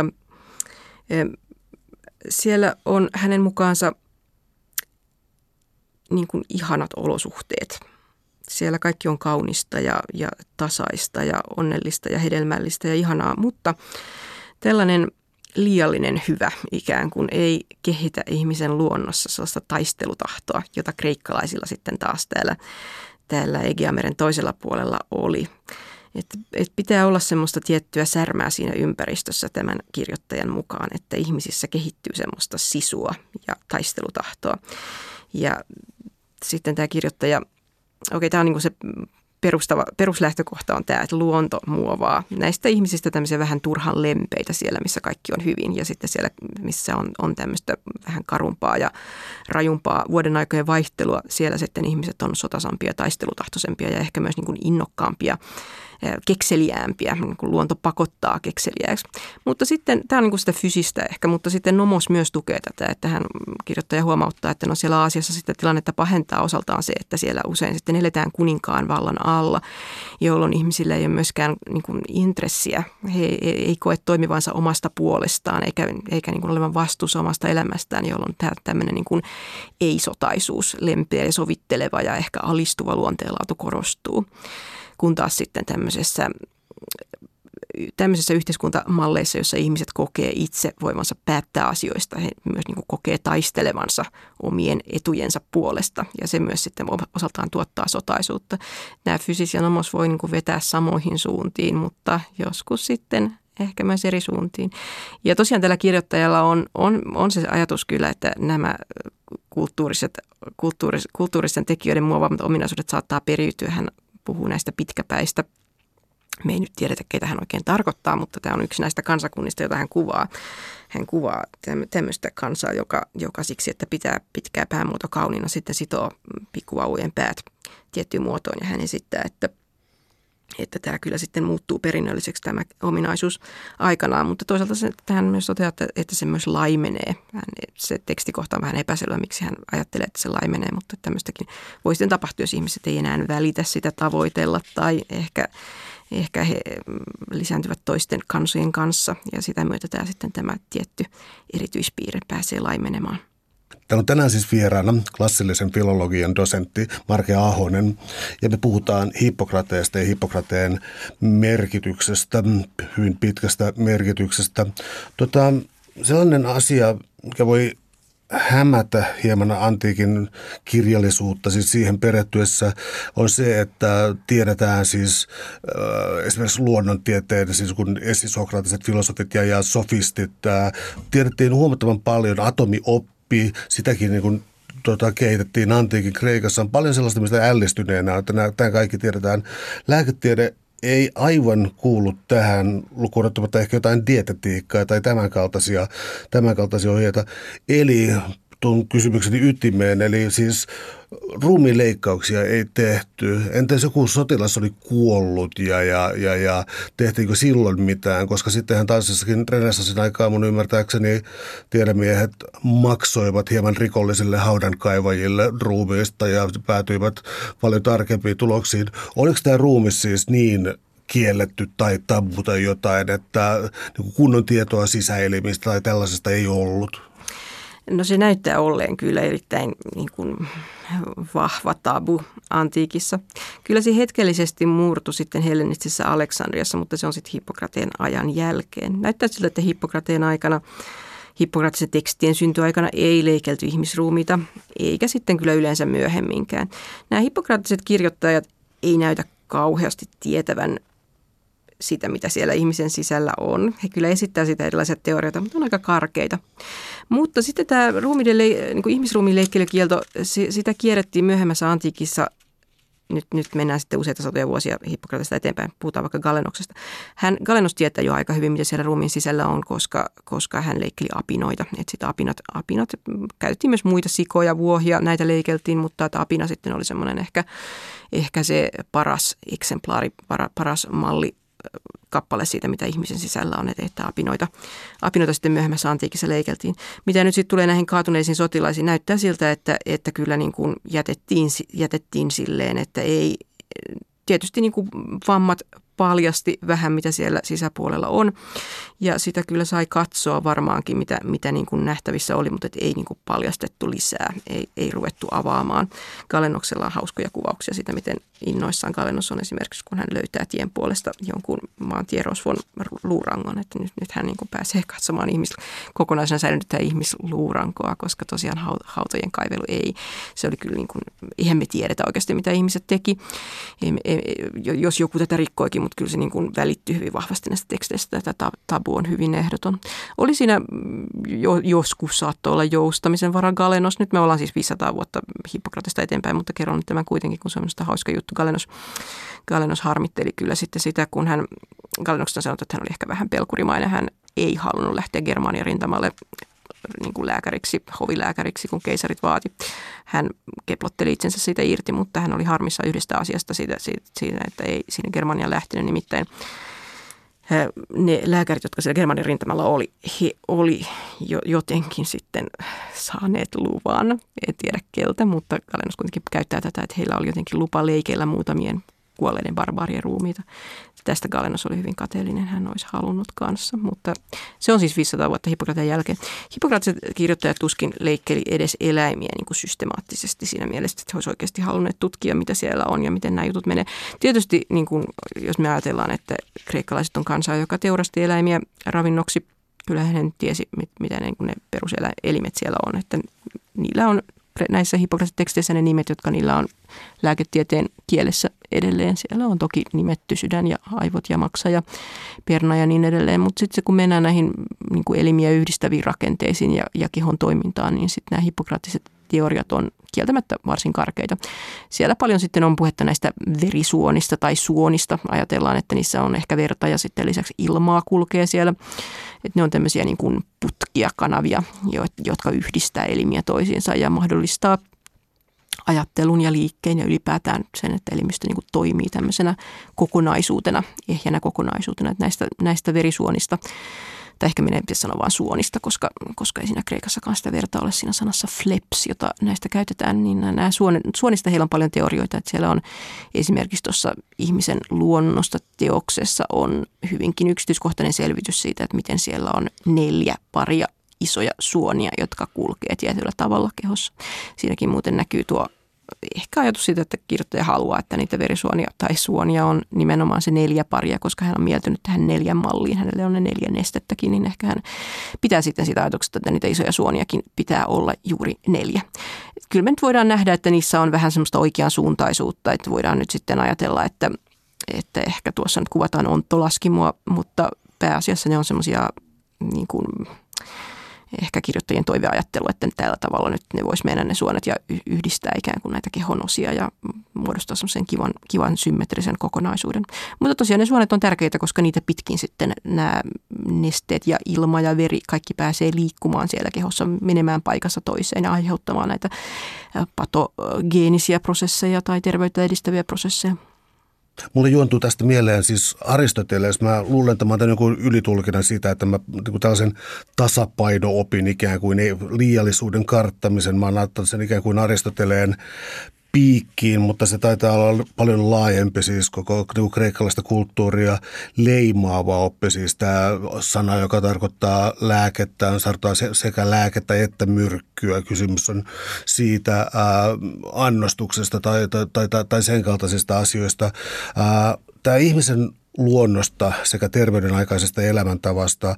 Siellä on hänen mukaansa niin kuin ihanat olosuhteet. Siellä kaikki on kaunista ja tasaista ja onnellista ja hedelmällistä ja ihanaa, mutta tällainen liiallinen hyvä ikään kuin ei kehitä ihmisen luonnossa sellaista taistelutahtoa, jota kreikkalaisilla sitten taas täällä Egeameren toisella puolella oli. Et pitää olla semmoista tiettyä särmää siinä ympäristössä tämän kirjoittajan mukaan, että ihmisissä kehittyy semmoista sisua ja taistelutahtoa. Ja sitten tämä kirjoittaja, tämä on niin kuin se peruslähtökohta on tämä, että luonto muovaa näistä ihmisistä tämmöisiä vähän turhan lempeitä siellä, missä kaikki on hyvin. Ja sitten siellä, missä on tämmöistä vähän karumpaa ja rajumpaa vuoden aikojen vaihtelua, siellä sitten ihmiset on sotasampia, taistelutahtoisempia ja ehkä myös niin kuin innokkaampia, kekseliäämpiä, niin kuin luonto pakottaa kekseliääksi. Mutta sitten, tämä on niin kuin sitä fysistä ehkä, mutta sitten Nomos myös tukee tätä, että hän kirjoittaja huomauttaa, että no siellä Aasiassa sitä tilannetta pahentaa osaltaan se, että siellä usein sitten eletään kuninkaan vallan alla, jolloin ihmisillä ei ole myöskään niin kuin intressiä. He ei koe toimivansa omasta puolestaan eikä niin kuin olevan vastuussa omasta elämästään, jolloin tämmöinen niin kuin ei-sotaisuus, lempeä ja sovitteleva ja ehkä alistuva luonteenlaatu korostuu. Kun taas sitten tämmöisissä yhteiskuntamalleissa, jossa ihmiset kokee itse voivansa päättää asioista, he myös niin kuin kokee taistelevansa omien etujensa puolesta ja se myös sitten osaltaan tuottaa sotaisuutta. Nämä Fysis ja Nomos voi niin kuin vetää samoihin suuntiin, mutta joskus sitten ehkä myös eri suuntiin. Ja tosiaan tällä kirjoittajalla on se ajatus kyllä, että nämä kulttuuristen tekijöiden muovaamat ominaisuudet saattaa periytyä. Hän puhuu näistä pitkäpäistä. Me ei nyt tiedetä, keitä hän oikein tarkoittaa, mutta tämä on yksi näistä kansakunnista, jota hän kuvaa. Hän kuvaa tämmöistä kansaa, joka siksi, että pitää pitkää päämuoto kauniina, sitten sitoo pikkuvauvojen päät tiettyyn muotoon. Ja hän esittää, että tämä kyllä sitten muuttuu perinnölliseksi tämä ominaisuus aikanaan, mutta toisaalta hän myös toteaa, että se myös laimenee. Se tekstikohta on vähän epäselvä, miksi hän ajattelee, että se laimenee, mutta tämmöistäkin voi sitten tapahtua, jos ihmiset ei enää välitä sitä tavoitella tai ehkä he lisääntyvät toisten kansojen kanssa ja sitä myötä tämä tietty erityispiirre pääsee laimenemaan. Täällä on tänään siis vieraana klassillisen filologian dosentti Marke Ahonen ja me puhutaan Hippokrateesta ja Hippokrateen merkityksestä, hyvin pitkästä merkityksestä. Sellainen asia, mikä voi hämätä hieman antiikin kirjallisuutta, siis siihen perehtyessä on se, että tiedetään siis esimerkiksi luonnontieteen, siis kun esisokraattiset filosofit ja sofistit, tiedettiin huomattavan paljon atomioppi, sitäkin niin kuin kehitettiin antiikin Kreikassa. On paljon sellaista, mistä ällistyneenä, että tämä kaikki tiedetään. Lääketiede ei aivan kuulu tähän, lukuun ottamatta ehkä jotain dietetiikkaa tai tämänkaltaisia ohjeita. Eli tuon kysymykseni ytimeen, eli siis ruumiinleikkauksia ei tehty. Entäs joku sotilas oli kuollut ja tehtiinkö silloin mitään? Koska sittenhän tansissakin renessanssin aikaa mun ymmärtääkseni tiedemiehet maksoivat hieman rikollisille haudankaivajille ruumiista ja päätyivät paljon tarkempiin tuloksiin. Oliko tämä ruumi siis niin kielletty tai tabu tai jotain, että niin kunnon tietoa sisäelimistä tai tällaisesta ei ollut? No se näyttää olleen kyllä erittäin niin kuin vahva tabu antiikissa. Kyllä se hetkellisesti murtui sitten hellenistisessä Aleksandriassa, mutta se on sitten Hippokrateen ajan jälkeen. Näyttää siltä, että Hippokrateen aikana, hippokratisen tekstien syntyaikana ei leikelty ihmisruumiita, eikä sitten kyllä yleensä myöhemminkään. Nämä hippokraattiset kirjoittajat ei näytä kauheasti tietävän sitä, mitä siellä ihmisen sisällä on. He kyllä esittää sitä erilaisia teorioita, mutta on aika karkeita. Mutta sitten tämä niin ihmisruumiin leikkelykielto, sitä kierrettiin myöhemmässä antiikissa. Nyt mennään sitten useita satoja vuosia Hippokratesta eteenpäin. Puhutaan vaikka Galenoksesta. Galenos tietää jo aika hyvin, mitä siellä ruumiin sisällä on, koska hän leikkeli apinoita. Et sitä apinat käytettiin myös muita sikoja, vuohia, näitä leikeltiin, mutta että apina sitten oli semmoinen ehkä se paras eksemplaari, paras malli kappale siitä, mitä ihmisen sisällä on, että apinoita sitten myöhemmässä antiikissa leikeltiin. Mitä nyt sitten tulee näihin kaatuneisiin sotilaisiin, näyttää siltä, että kyllä niin kuin jätettiin silleen, että ei, tietysti niin kuin vammat paljasti vähän, mitä siellä sisäpuolella on. Ja sitä kyllä sai katsoa varmaankin, mitä niin kuin nähtävissä oli, mutta ei niin kuin paljastettu lisää. Ei ruvettu avaamaan. Galenoksella on hauskoja kuvauksia siitä, miten innoissaan Galenos on esimerkiksi, kun hän löytää tien puolesta jonkun maantierosvon luurangon. Että nyt hän niin kuin pääsee katsomaan kokonaisena säilynyttää ihmisluurankoa, koska tosiaan hautojen kaivelu ei. Se oli kyllä niin kuin, eihän me tiedetä oikeasti, mitä ihmiset teki. Jos joku tätä rikkoikin, mutta kyllä se niin kuin välittyy hyvin vahvasti näistä teksteistä, että tabu on hyvin ehdoton. Oli siinä joskus saattoi olla joustamisen varaa Galenos. Nyt me ollaan siis 500 vuotta Hippokratesta eteenpäin, mutta kerron nyt tämän kuitenkin, kun se on minusta hauska juttu. Galenos harmitteli kyllä sitten sitä, kun Galenoksesta sanoi, että hän oli ehkä vähän pelkurimainen. Hän ei halunnut lähteä Germanian rintamalle niin kuin lääkäriksi, hovilääkäriksi, kun keisarit vaati. Hän keplotteli itsensä siitä irti, mutta hän oli harmissa yhdestä asiasta siitä että ei siinä Germanian lähtenyt. Nimittäin ne lääkärit, jotka siellä Germanian rintamalla oli, he oli jotenkin sitten saaneet luvan. En tiedä keltä, mutta Galenos kuitenkin käyttää tätä, että heillä oli jotenkin lupa leikeillä muutamien kuolleiden barbaarien ruumiita. Tästä Galenos oli hyvin kateellinen, hän olisi halunnut kanssa, mutta se on siis 500 vuotta Hippokrateen jälkeen. Hippokratiset kirjoittajat tuskin leikkeli edes eläimiä niin kuin systemaattisesti siinä mielessä, että he olisivat oikeasti halunneet tutkia, mitä siellä on ja miten nämä jutut menee. Tietysti niin kuin, jos me ajatellaan, että kreikkalaiset on kansaa, joka teurasti eläimiä ravinnoksi, kyllä hän tiesi, mitä ne peruselimet siellä on, että niillä on näissä Hippokrates-teksteissä ne nimet, jotka niillä on lääketieteen kielessä edelleen. Siellä on toki nimetty sydän ja aivot ja maksa ja perna ja niin edelleen. Mutta sitten kun mennään näihin niin kuin elimiä yhdistäviin rakenteisiin ja kehon toimintaan, niin sitten nämä hippokraattiset teoriat on kieltämättä varsin karkeita. Siellä paljon sitten on puhetta näistä verisuonista tai suonista. Ajatellaan, että niissä on ehkä verta ja sitten lisäksi ilmaa kulkee siellä. Että ne on tämmöisiä niin kuin putkia, kanavia, jotka yhdistää elimiä toisiinsa ja mahdollistaa ajattelun ja liikkeen ja ylipäätään sen, että elimistö niin kuin toimii tämmöisenä kokonaisuutena, ehjänä kokonaisuutena. Että näistä verisuonista, tai ehkä meidän pitäisi sanoa vaan suonista, koska ei siinä Kreikassakaan sitä verta ole siinä sanassa fleps, jota näistä käytetään, niin nämä suonista heillä on paljon teorioita, että siellä on esimerkiksi tuossa ihmisen luonnosta teoksessa on hyvinkin yksityiskohtainen selvitys siitä, että miten siellä on 4 paria isoja suonia, jotka kulkee tietyllä tavalla kehossa. Siinäkin muuten näkyy tuo ehkä ajatus siitä, että kirjoittaja haluaa, että niitä verisuonia tai suonia on nimenomaan se 4 paria, koska hän on mieltynyt tähän 4 malliin. Hänelle on ne 4 nestettäkin, niin ehkä hän pitää sitten sitä ajatuksesta, että niitä isoja suoniakin pitää olla juuri 4. Kyllä me nyt voidaan nähdä, että niissä on vähän semmoista oikean suuntaisuutta, että voidaan nyt sitten ajatella, että ehkä tuossa nyt kuvataan onttolaskimoa, mutta pääasiassa ne on semmoisia niin kuin ehkä kirjoittajien toiveajattelu, että tällä tavalla nyt ne vois mennä ne suonet ja yhdistää ikään kuin näitä kehon osia ja muodostaa semmoisen kivan symmetrisen kokonaisuuden. Mutta tosiaan ne suonet on tärkeitä, koska niitä pitkin sitten nämä nesteet ja ilma ja veri kaikki pääsee liikkumaan siellä kehossa, menemään paikassa toiseen ja aiheuttamaan näitä patogeenisiä prosesseja tai terveyttä edistäviä prosesseja. Mulle juontuu tästä mieleen siis Aristoteles. Mä luulen, että mä otan joku ylitulkinnan siitä, että mä niin tällaisen tasapaino-opin ikään kuin liiallisuuden karttamisen. Mä oon ottanut sen ikään kuin Aristoteleen piikkiin, mutta se taitaa olla paljon laajempi, siis koko niin kreikkalaista kulttuuria leimaava oppi, siis tämä sana, joka tarkoittaa lääkettä, on sekä lääkettä että myrkkyä. Kysymys on siitä annostuksesta tai sen kaltaisista asioista. Tämä ihmisen luonnosta sekä terveyden aikaisesta elämäntavasta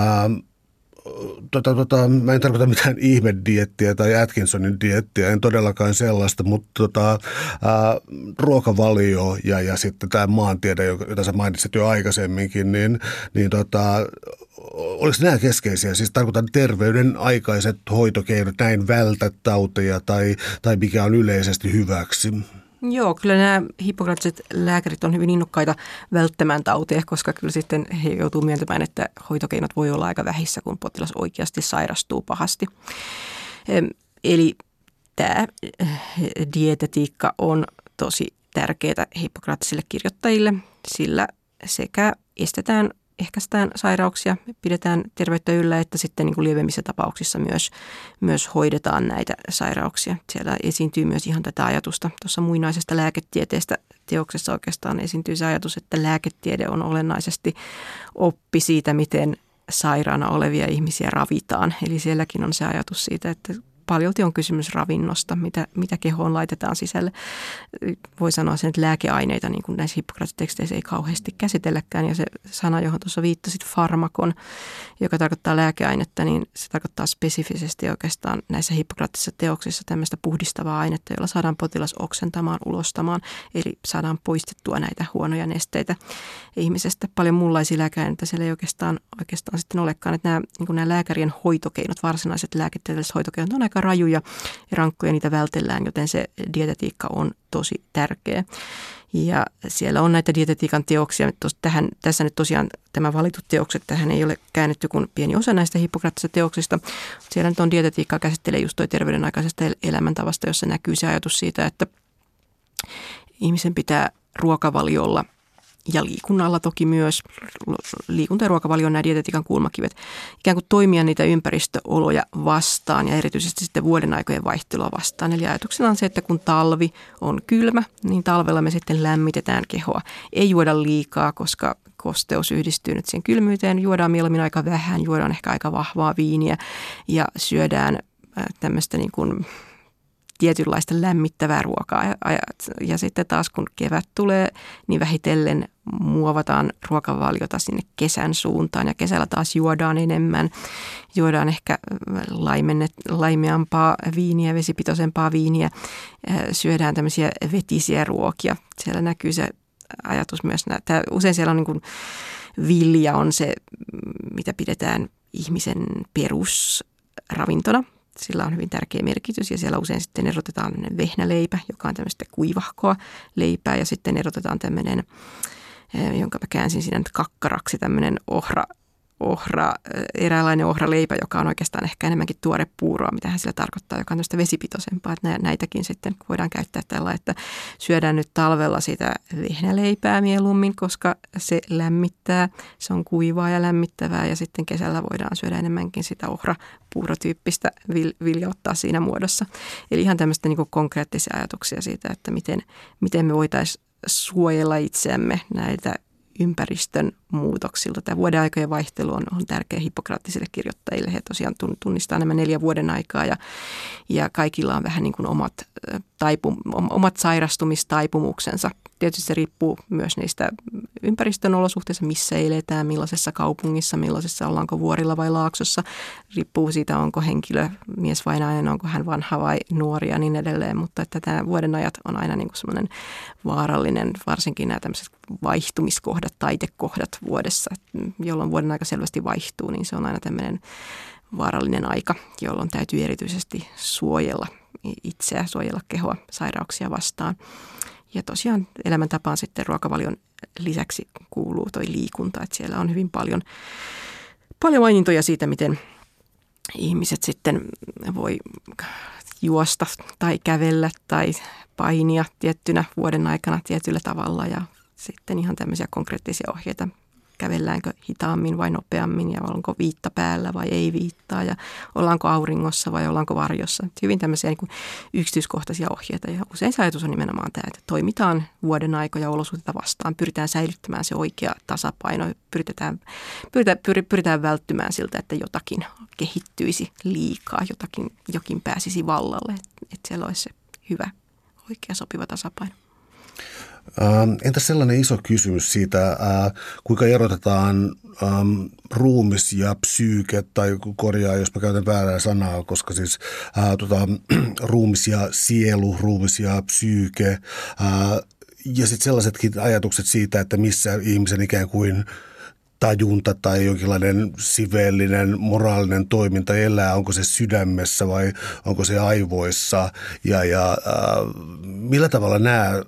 mä en tarkoita mitään ihmediettiä tai Atkinsonin diettiä, en todellakaan sellaista, mutta ruokavalio ja sitten tämä maantiede, jota sä mainitsit jo aikaisemminkin, niin oliko nämä keskeisiä? Siis tarkoitan terveyden aikaiset hoitokeinot, näin vältä tauteja tai mikä on yleisesti hyväksi. Joo, kyllä nämä hippokraattiset lääkärit on hyvin innokkaita välttämään tauteja, koska kyllä sitten he joutuu myöntämään, että hoitokeinot voi olla aika vähissä, kun potilas oikeasti sairastuu pahasti. Eli tämä dietetiikka on tosi tärkeää hippokraattisille kirjoittajille, sillä sekä ehkäistään sairauksia, pidetään terveyttä yllä, että sitten niin kuin lievemmissä tapauksissa myös hoidetaan näitä sairauksia. Siellä esiintyy myös ihan tätä ajatusta. Tuossa muinaisesta lääketieteestä teoksessa oikeastaan esiintyy se ajatus, että lääketiede on olennaisesti oppi siitä, miten sairaana olevia ihmisiä ravitaan. Eli sielläkin on se ajatus siitä, että paljolti on kysymys ravinnosta, mitä kehoon laitetaan sisälle. Voi sanoa sen, että lääkeaineita niin kuin näissä Hippokrates-teksteissä ei kauheasti käsitelläkään. Ja se sana, johon tuossa viittasit, farmakon, joka tarkoittaa lääkeainetta, niin se tarkoittaa spesifisesti oikeastaan näissä hippokraattisissa teoksissa tämmöistä puhdistavaa ainetta, jolla saadaan potilas oksentamaan, ulostamaan, eli saadaan poistettua näitä huonoja nesteitä ihmisestä. Paljon muunlaisia lääkeaineita siellä ei oikeastaan sitten olekaan, että nämä lääkärien hoitokeinot, varsinaiset lääketieteelliset hoitokeinot on aika rajuja ja rankkoja, niitä vältellään, joten se dietetiikka on tosi tärkeä. Ja siellä on näitä dietetiikan teoksia. Tässä nyt tosiaan tämä valitut teokset, tähän ei ole käännetty kuin pieni osa näistä hippokraattisista teoksista. Siellä nyt on dietetiikkaa käsittelee just toi terveyden aikaisesta elämäntavasta, jossa näkyy se ajatus siitä, että ihmisen pitää ruokavaliolla ja liikunnalla toki myös, liikunta ja ruokavalio on nämä dietetiikan kulmakivet, ikään kuin toimia niitä ympäristöoloja vastaan ja erityisesti sitten vuoden aikojen vaihtelua vastaan. Eli ajatuksena on se, että kun talvi on kylmä, niin talvella me sitten lämmitetään kehoa. Ei juoda liikaa, koska kosteus yhdistyy nyt siihen kylmyyteen. Juodaan mieluummin aika vähän, juodaan ehkä aika vahvaa viiniä ja syödään tämmöistä niin kuin tietynlaista lämmittävää ruokaa. Ja sitten taas kun kevät tulee, niin vähitellen muovataan ruokavaliota sinne kesän suuntaan ja kesällä taas juodaan enemmän. Juodaan ehkä laimeampaa viiniä, vesipitoisempaa viiniä, syödään tämmöisiä vetisiä ruokia. Siellä näkyy se ajatus myös. Usein siellä on niin kuin vilja on se, mitä pidetään ihmisen perusravintona. Sillä on hyvin tärkeä merkitys ja siellä usein sitten erotetaan vehnäleipä, joka on tämmöistä kuivahkoa leipää ja sitten erotetaan tämmöinen, jonka mä käänsin siinä nyt kakkaraksi, tämmöinen eräänlainen ohraleipä, joka on oikeastaan ehkä enemmänkin tuorepuuroa, mitä hän sillä tarkoittaa, joka on tämmöistä vesipitoisempaa. Että näitäkin sitten voidaan käyttää tällä, että syödään nyt talvella sitä vehnäleipää mieluummin, koska se lämmittää, se on kuivaa ja lämmittävää ja sitten kesällä voidaan syödä enemmänkin sitä ohrapuurotyyppistä viljauttaa siinä muodossa. Eli ihan tämmöistä niin kuin konkreettisia ajatuksia siitä, että miten me voitaisiin suojella itseämme näiltä ympäristön muutoksilta. Tämä vuoden aikojen vaihtelu on tärkeä hippokraattisille kirjoittajille. He tosiaan tunnistaa nämä 4 vuoden aikaa ja kaikilla on vähän niin kuin omat sairastumistaipumuksensa. Tietysti se riippuu myös niistä ympäristön olosuhteista, missä eletään, millaisessa kaupungissa, ollaanko vuorilla vai laaksossa. Riippuu siitä, onko henkilö mies vai nainen, onko hän vanha vai nuori ja niin edelleen. Mutta että tämä vuoden ajat on aina niin kuin semmoinen vaarallinen, varsinkin nämä tämmöiset vaihtumiskohdat, taitekohdat vuodessa, jolloin vuoden aika selvästi vaihtuu, niin se on aina tämmöinen vaarallinen aika, jolloin täytyy erityisesti suojella itseä, suojella kehoa sairauksia vastaan. Ja tosiaan elämäntapaan sitten ruokavalion lisäksi kuuluu toi liikunta, että siellä on hyvin paljon mainintoja siitä, miten ihmiset sitten voi juosta tai kävellä tai painia tiettynä vuoden aikana tietyllä tavalla ja sitten ihan tämmöisiä konkreettisia ohjeita. Kävelläänkö hitaammin vai nopeammin ja onko viitta päällä vai ei viittaa ja ollaanko auringossa vai ollaanko varjossa. Hyvin tämmöisiä niin kuin yksityiskohtaisia ohjeita ja usein se ajatus on nimenomaan tämä, että toimitaan vuoden aikoja olosuhteita vastaan, pyritään säilyttämään se oikea tasapaino, pyritään välttymään siltä, että jotakin kehittyisi liikaa, jokin pääsisi vallalle, että siellä olisi se hyvä, oikea, sopiva tasapaino. Entä sellainen iso kysymys siitä, kuinka erotetaan ruumis ja psyyke, tai korjaa, jos mä käytän väärää sanaa, koska siis ruumis ja sielu, ruumis ja psyyke, ja sitten sellaisetkin ajatukset siitä, että missä ihmisen ikään kuin tajunta tai jonkinlainen siveellinen, moraalinen toiminta elää, onko se sydämessä vai onko se aivoissa, ja millä tavalla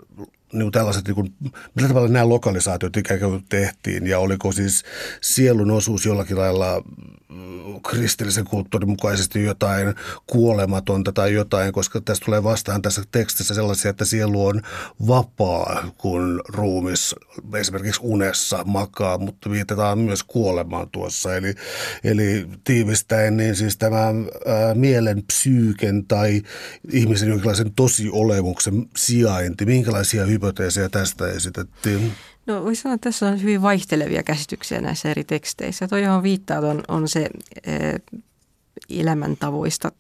millä tavalla nämä lokalisaatiot ikään kuin tehtiin ja oliko siis sielun osuus jollakin lailla kristillisen kulttuurin mukaisesti jotain kuolematonta tai jotain, koska tässä tulee vastaan tässä tekstissä sellaisia, että sielu on vapaa, kun ruumis esimerkiksi unessa makaa, mutta viitataan myös kuolemaan tuossa. Eli tiivistäen niin siis tämä mielen psyyken tai ihmisen jonkinlaisen tosiolemuksen sijainti, minkälaisia hypoteeseja tästä esitettiin? No voisi sanoa, että tässä on hyvin vaihtelevia käsityksiä näissä eri teksteissä. Toi, johon viittaat, on se elämäntavoista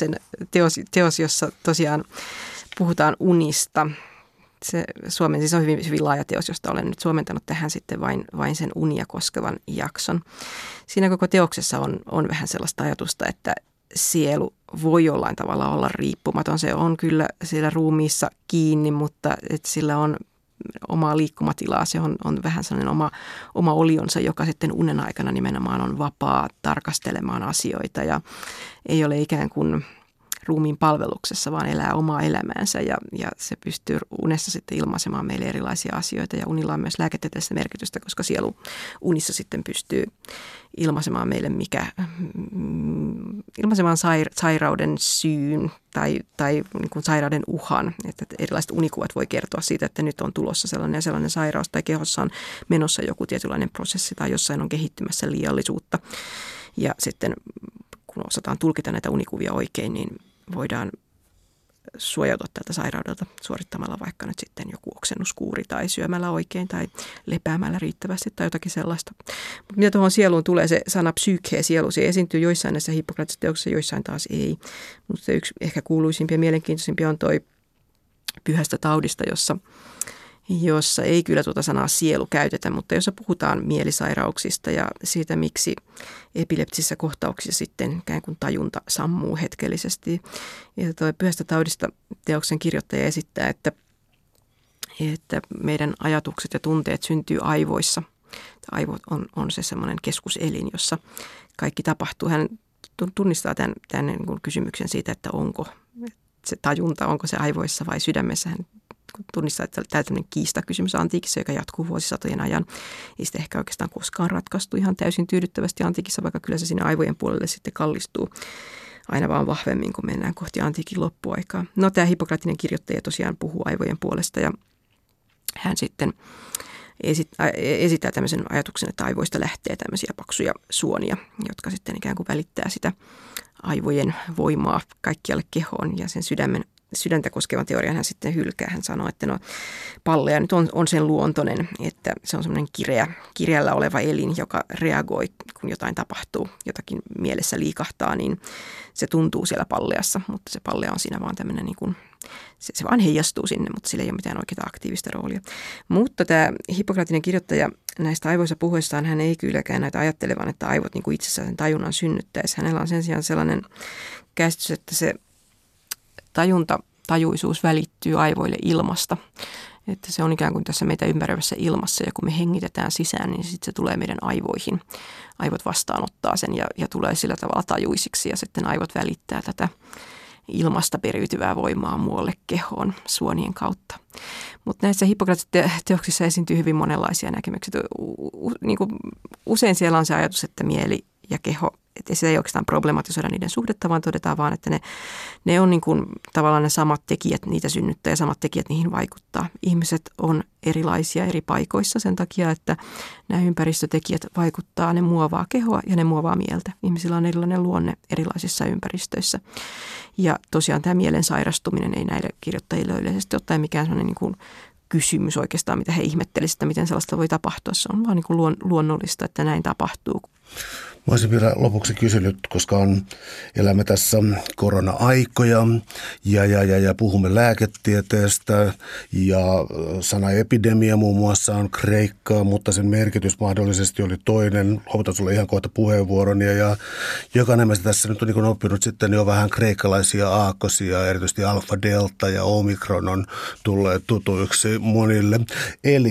teos, jossa tosiaan puhutaan unista. Se Suomen siis on hyvin, hyvin laaja teos, josta olen nyt suomentanut tähän sitten vain sen unia koskevan jakson. Siinä koko teoksessa on vähän sellaista ajatusta, että sielu voi jollain tavalla olla riippumaton. Se on kyllä siellä ruumiissa kiinni, mutta että sillä on omaa liikkumatilaa. Se on vähän sellainen oma olionsa, joka sitten unen aikana nimenomaan on vapaa tarkastelemaan asioita ja ei ole ikään kuin ruumiin palveluksessa, vaan elää omaa elämäänsä ja se pystyy unessa sitten ilmaisemaan meille erilaisia asioita ja unilla on myös lääketieteellistä merkitystä, koska sielu unissa sitten pystyy ilmaisemaan meille ilmaisemaan sairauden syyn tai niin kuin sairauden uhan, että erilaiset unikuvat voi kertoa siitä, että nyt on tulossa sellainen ja sellainen sairaus tai kehossa on menossa joku tietynlainen prosessi tai jossain on kehittymässä liiallisuutta ja sitten kun osataan tulkita näitä unikuvia oikein, niin voidaan suojautua tältä sairaudelta suorittamalla vaikka nyt sitten joku oksennuskuuri tai syömällä oikein tai lepäämällä riittävästi tai jotakin sellaista. Mutta mitä tuohon sieluun tulee, se sana psyke, sielu, se esiintyy joissain näissä hippokraattisissa teoksissa, joissain taas ei. Mutta yksi ehkä kuuluisimpia ja mielenkiintoisimpia on toi Pyhästä taudista, jossa ei kyllä tuota sanaa sielu käytetä, mutta jossa puhutaan mielisairauksista ja siitä, miksi epileptisissä kohtauksissa sitten ikään kuin tajunta sammuu hetkellisesti. Ja tuo Pyhästä taudista teoksen kirjoittaja esittää, että meidän ajatukset ja tunteet syntyy aivoissa. Aivot on se semmoinen keskuselin, jossa kaikki tapahtuu. Hän tunnistaa tämän niin kuin kysymyksen siitä, että onko se tajunta, onko se aivoissa vai sydämessä. Hän tunnistaa, että tämä tämmöinen kiistakysymys antiikissa, joka jatkuu vuosisatojen ajan. Ei sitä ehkä oikeastaan koskaan ratkaistu ihan täysin tyydyttävästi antiikissa, vaikka kyllä se siinä aivojen puolelle sitten kallistuu aina vaan vahvemmin, kun mennään kohti antiikin loppuaikaa. No tämä hippokraattinen kirjoittaja tosiaan puhuu aivojen puolesta ja hän sitten esittää tämmöisen ajatuksen, että aivoista lähtee tämmöisiä paksuja suonia, jotka sitten ikään kuin välittää sitä aivojen voimaa kaikkialle kehoon ja sen sydäntä koskevan teorian hän sitten hylkää. Hän sanoo, että no palleja nyt on sen luontoinen, että se on semmoinen kireällä oleva elin, joka reagoi, kun jotain tapahtuu, jotakin mielessä liikahtaa, niin se tuntuu siellä palleassa, mutta se pallea on siinä vaan tämmöinen niin kuin, se vaan heijastuu sinne, mutta sillä ei ole mitään oikeaa aktiivista roolia. Mutta tämä hippokraattinen kirjoittaja näistä aivoissa puhuessaan, hän ei kylläkään näitä ajattelevan, että aivot niin kuin itsessään sen tajunnan synnyttäisi. Hänellä on sen sijaan sellainen käsitys, että se tajuisuus välittyy aivoille ilmasta. Että se on ikään kuin tässä meitä ympäröivässä ilmassa ja kun me hengitetään sisään, niin sitten se tulee meidän aivoihin. Aivot vastaanottaa sen ja tulee sillä tavalla tajuisiksi ja sitten aivot välittää tätä ilmasta periytyvää voimaa muualle kehoon suonien kautta. Mutta näissä hippokraattisissa teoksissa esiintyy hyvin monenlaisia näkemyksiä. Niin kuin usein siellä on se ajatus, että mieli ja keho, että se ei oikeastaan problematisoida niiden suhdetta, vaan todetaan vaan, että ne on niin kuin tavallaan ne samat tekijät, niitä synnyttää ja samat tekijät niihin vaikuttaa. Ihmiset on erilaisia eri paikoissa sen takia, että nämä ympäristötekijät vaikuttaa, ne muovaa kehoa ja ne muovaa mieltä. Ihmisillä on erilainen luonne erilaisissa ympäristöissä. Ja tosiaan tämä mielen sairastuminen ei näille kirjoittajille ole yleisesti ottaen mikään sellainen niin kuin kysymys oikeastaan, mitä he ihmettelisivät, että miten sellaista voi tapahtua. Se on vaan niin kuin luonnollista, että näin tapahtuu. Mä olisin vielä lopuksi kysynyt, koska elämme tässä korona-aikoja ja puhumme lääketieteestä ja sana epidemia muun muassa on kreikkaa, mutta sen merkitys mahdollisesti oli toinen. Lopetan sulle ihan kohta puheenvuoroni ja jokainen meistä tässä nyt on niin oppinut sitten jo vähän kreikkalaisia aakkosia, erityisesti alfa, delta ja omikron on tulleet tutuiksi monille. Eli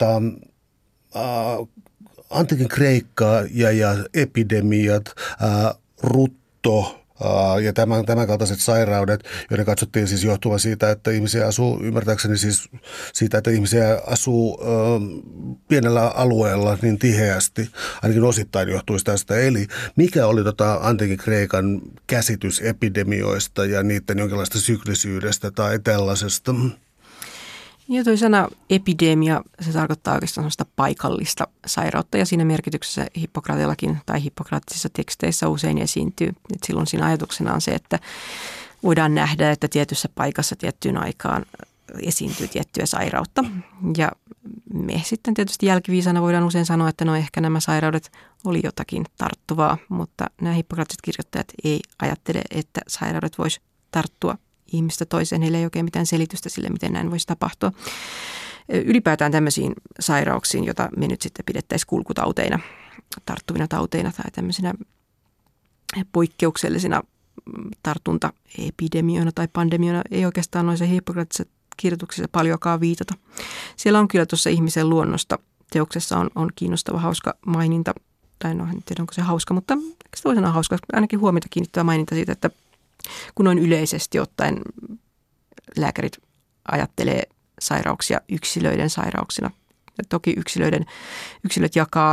antiikin Kreikka ja epidemiat, rutto ja tämän kaltaiset sairaudet, joiden katsottiin siis johtuvan siitä, että ihmisiä asuu, ymmärtääkseni siis siitä, että ihmisiä asuu pienellä alueella niin tiheästi, ainakin osittain johtuisi tästä. Eli mikä oli antiikin Kreikan käsitys epidemioista ja niiden jonkinlaista syklisyydestä tai tällaisesta? Ja toi sana epidemia, se tarkoittaa oikeastaan sellaista paikallista sairautta ja siinä merkityksessä Hippokratellakin tai hippokraattisissa teksteissä usein esiintyy. Et silloin siinä ajatuksena on se, että voidaan nähdä, että tietyssä paikassa tiettyyn aikaan esiintyy tiettyä sairautta. Ja me sitten tietysti jälkiviisana voidaan usein sanoa, että no ehkä nämä sairaudet oli jotakin tarttuvaa, mutta nämä hippokraattiset kirjoittajat ei ajattele, että sairaudet voisi tarttua ihmistä toiseen. Heillä ei oikein mitään selitystä sille, miten näin voisi tapahtua. Ylipäätään tämmöisiin sairauksiin, joita me nyt sitten pidettäisiin kulkutauteina, tarttuvina tauteina tai tämmöisinä poikkeuksellisina tartuntaepidemioina tai pandemioina, ei oikeastaan noissa hippokraattisissa kirjoituksissa paljonkaan viitata. Siellä on kyllä tuossa ihmisen luonnosta teoksessa on kiinnostava, hauska maininta, tai no en tiedä onko se hauska, mutta se toisena hauska, ainakin huomiota kiinnittävä maininta siitä, että kun noin yleisesti ottaen lääkärit ajattelee sairauksia yksilöiden sairauksina. Ja toki yksilöt jakaa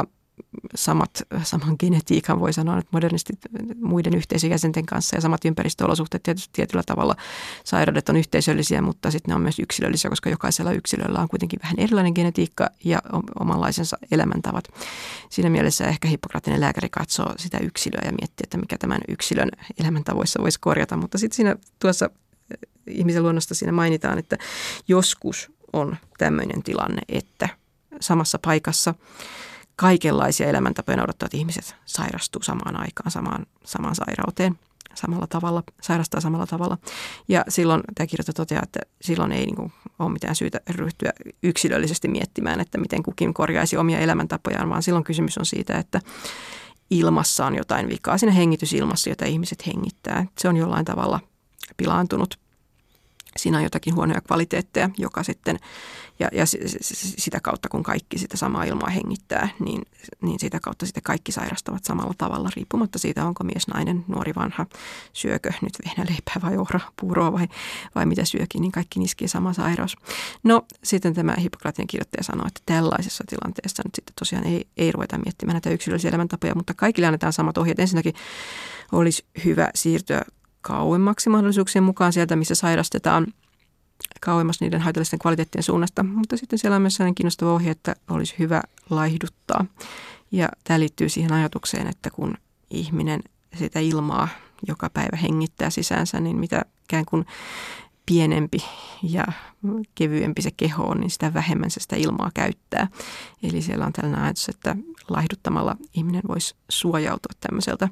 saman genetiikan, voi sanoa, että modernisti muiden yhteisöjäsenten kanssa ja samat ympäristöolosuhteet tietysti tietyllä tavalla. Sairaudet on yhteisöllisiä, mutta sitten ne on myös yksilöllisiä, koska jokaisella yksilöllä on kuitenkin vähän erilainen genetiikka ja omanlaisensa elämäntavat. Siinä mielessä ehkä hippokraattinen lääkäri katsoo sitä yksilöä ja miettii, että mikä tämän yksilön elämäntavoissa voisi korjata. Mutta sitten siinä tuossa ihmisen luonnosta siinä mainitaan, että joskus on tämmöinen tilanne, että samassa paikassa kaikenlaisia elämäntapoja noudattavat ihmiset sairastuu samaan aikaan, samaan sairauteen samalla tavalla, sairastaa samalla tavalla. Ja silloin tämä kirjoittaja toteaa, että silloin ei ole mitään syytä ryhtyä yksilöllisesti miettimään, että miten kukin korjaisi omia elämäntapojaan, vaan silloin kysymys on siitä, että ilmassa on jotain vikaa, siinä hengitysilmassa, jota ihmiset hengittää. Se on jollain tavalla pilaantunut. Siinä on jotakin huonoja kvaliteetteja, joka sitten, ja sitä kautta kun kaikki sitä samaa ilmaa hengittää, niin sitä kautta sitten kaikki sairastavat samalla tavalla, riippumatta siitä, onko mies, nainen, nuori, vanha, syökö nyt vehnäleipää vai ohrapuuroa vai mitä syökin, niin kaikki niskii sama sairaus. No sitten tämä hippokraattinen kirjoittaja sanoo, että tällaisessa tilanteessa nyt sitten tosiaan ei ruveta miettimään näitä yksilöllisiä elämäntapoja, mutta kaikille annetaan samat ohjeet. Ensinnäkin olisi hyvä siirtyä kauemmaksi mahdollisuuksien mukaan sieltä, missä sairastetaan, kauemmas niiden haitallisten kvaliteettien suunnasta. Mutta sitten siellä on myös sellainen kiinnostava ohje, että olisi hyvä laihduttaa. Ja tämä liittyy siihen ajatukseen, että kun ihminen sitä ilmaa joka päivä hengittää sisäänsä, niin mitä ikään kuin pienempi ja kevyempi se keho on, niin sitä vähemmän se sitä ilmaa käyttää. Eli siellä on tällainen ajatus, että laihduttamalla ihminen voisi suojautua tämmöiseltä,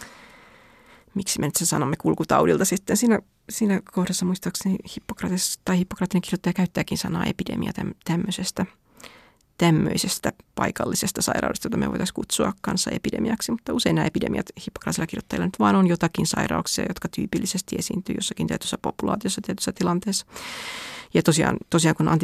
miksi me nyt se sanomme, kulkutaudilta sitten. Siinä kohdassa muistaakseni hippokraattinen kirjoittaja käyttääkin sanaa epidemia tämmöisestä paikallisesta sairaudesta, jota me voitaisiin kutsua kanssa epidemiaksi. Mutta usein nämä epidemiat hippokraattisilla kirjoittajilla nyt vaan on jotakin sairauksia, jotka tyypillisesti esiintyy jossakin tietyssä populaatiossa, tietyssä tilanteessa. Ja tosiaan kun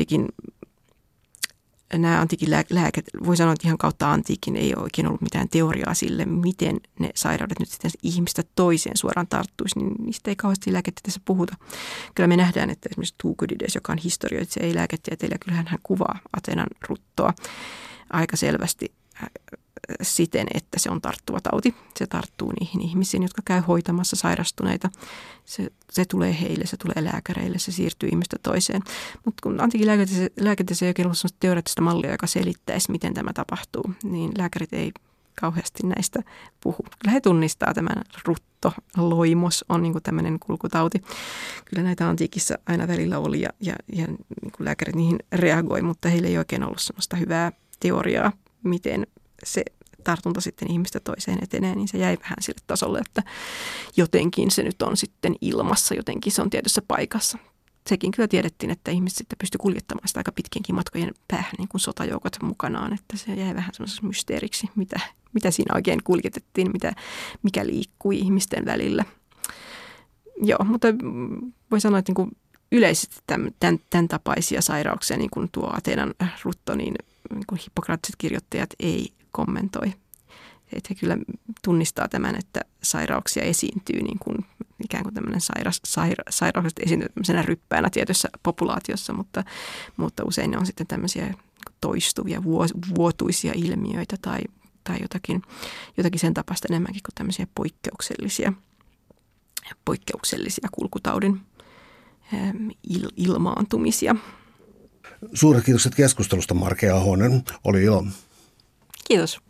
nämä antiikin lääket, voi sanoa, että ihan kautta antiikin ei ole oikein ollut mitään teoriaa sille, miten ne sairaudet nyt sitten ihmistä toiseen suoraan tarttuisi, niin niistä ei kauheasti lääketieteessä puhuta. Kyllä me nähdään, että esimerkiksi Thukydides, joka on historioitsija, ei lääketieteilijä, kyllähän hän kuvaa Ateenan ruttoa aika selvästi siten, että se on tarttuva tauti. Se tarttuu niihin ihmisiin, jotka käy hoitamassa sairastuneita. Se tulee heille, se tulee lääkäreille, se siirtyy ihmistä toiseen. Mutta kun antiikin lääketieteessä ei oikein ollut sellaista teoreettista mallia, joka selittäisi, miten tämä tapahtuu, niin lääkärit ei kauheasti näistä puhu. Kyllä he tunnistaa tämän rutto, loimos on niin kuin tämmöinen kulkutauti. Kyllä näitä antiikissa aina välillä oli ja niin kuin lääkärit niihin reagoi, mutta heillä ei oikein ollut sellaista hyvää teoriaa, miten se tartunta sitten ihmistä toiseen etenee, niin se jäi vähän sille tasolle, että jotenkin se nyt on sitten ilmassa, jotenkin se on tietyssä paikassa. Sekin kyllä tiedettiin, että ihmiset sitten pystyi kuljettamaan sitä aika pitkienkin matkojen päähän niin kuin sotajoukot mukanaan, että se jäi vähän semmoisessa mysteeriksi, mitä siinä oikein kuljetettiin, mikä liikkui ihmisten välillä. Joo, mutta voi sanoa, että niin kuin yleisesti tämän tapaisia sairauksia, niin kuin tuo Ateenan rutto, niin kuin hippokraattiset kirjoittajat ei kommentoi. Että he kyllä tunnistaa tämän, että sairauksia esiintyy niin kuin ikään kuin tämmöinen sairaukset esiintyy tämmöisenä ryppäänä tietyssä populaatiossa, mutta usein ne on sitten tämmöisiä toistuvia vuotuisia ilmiöitä tai jotakin sen tapaista enemmänkin kuin tämmöisiä poikkeuksellisia kulkutaudin ilmaantumisia. Suuret kiitokset keskustelusta, Markea Ahonen. Oli ilo. Kiitos.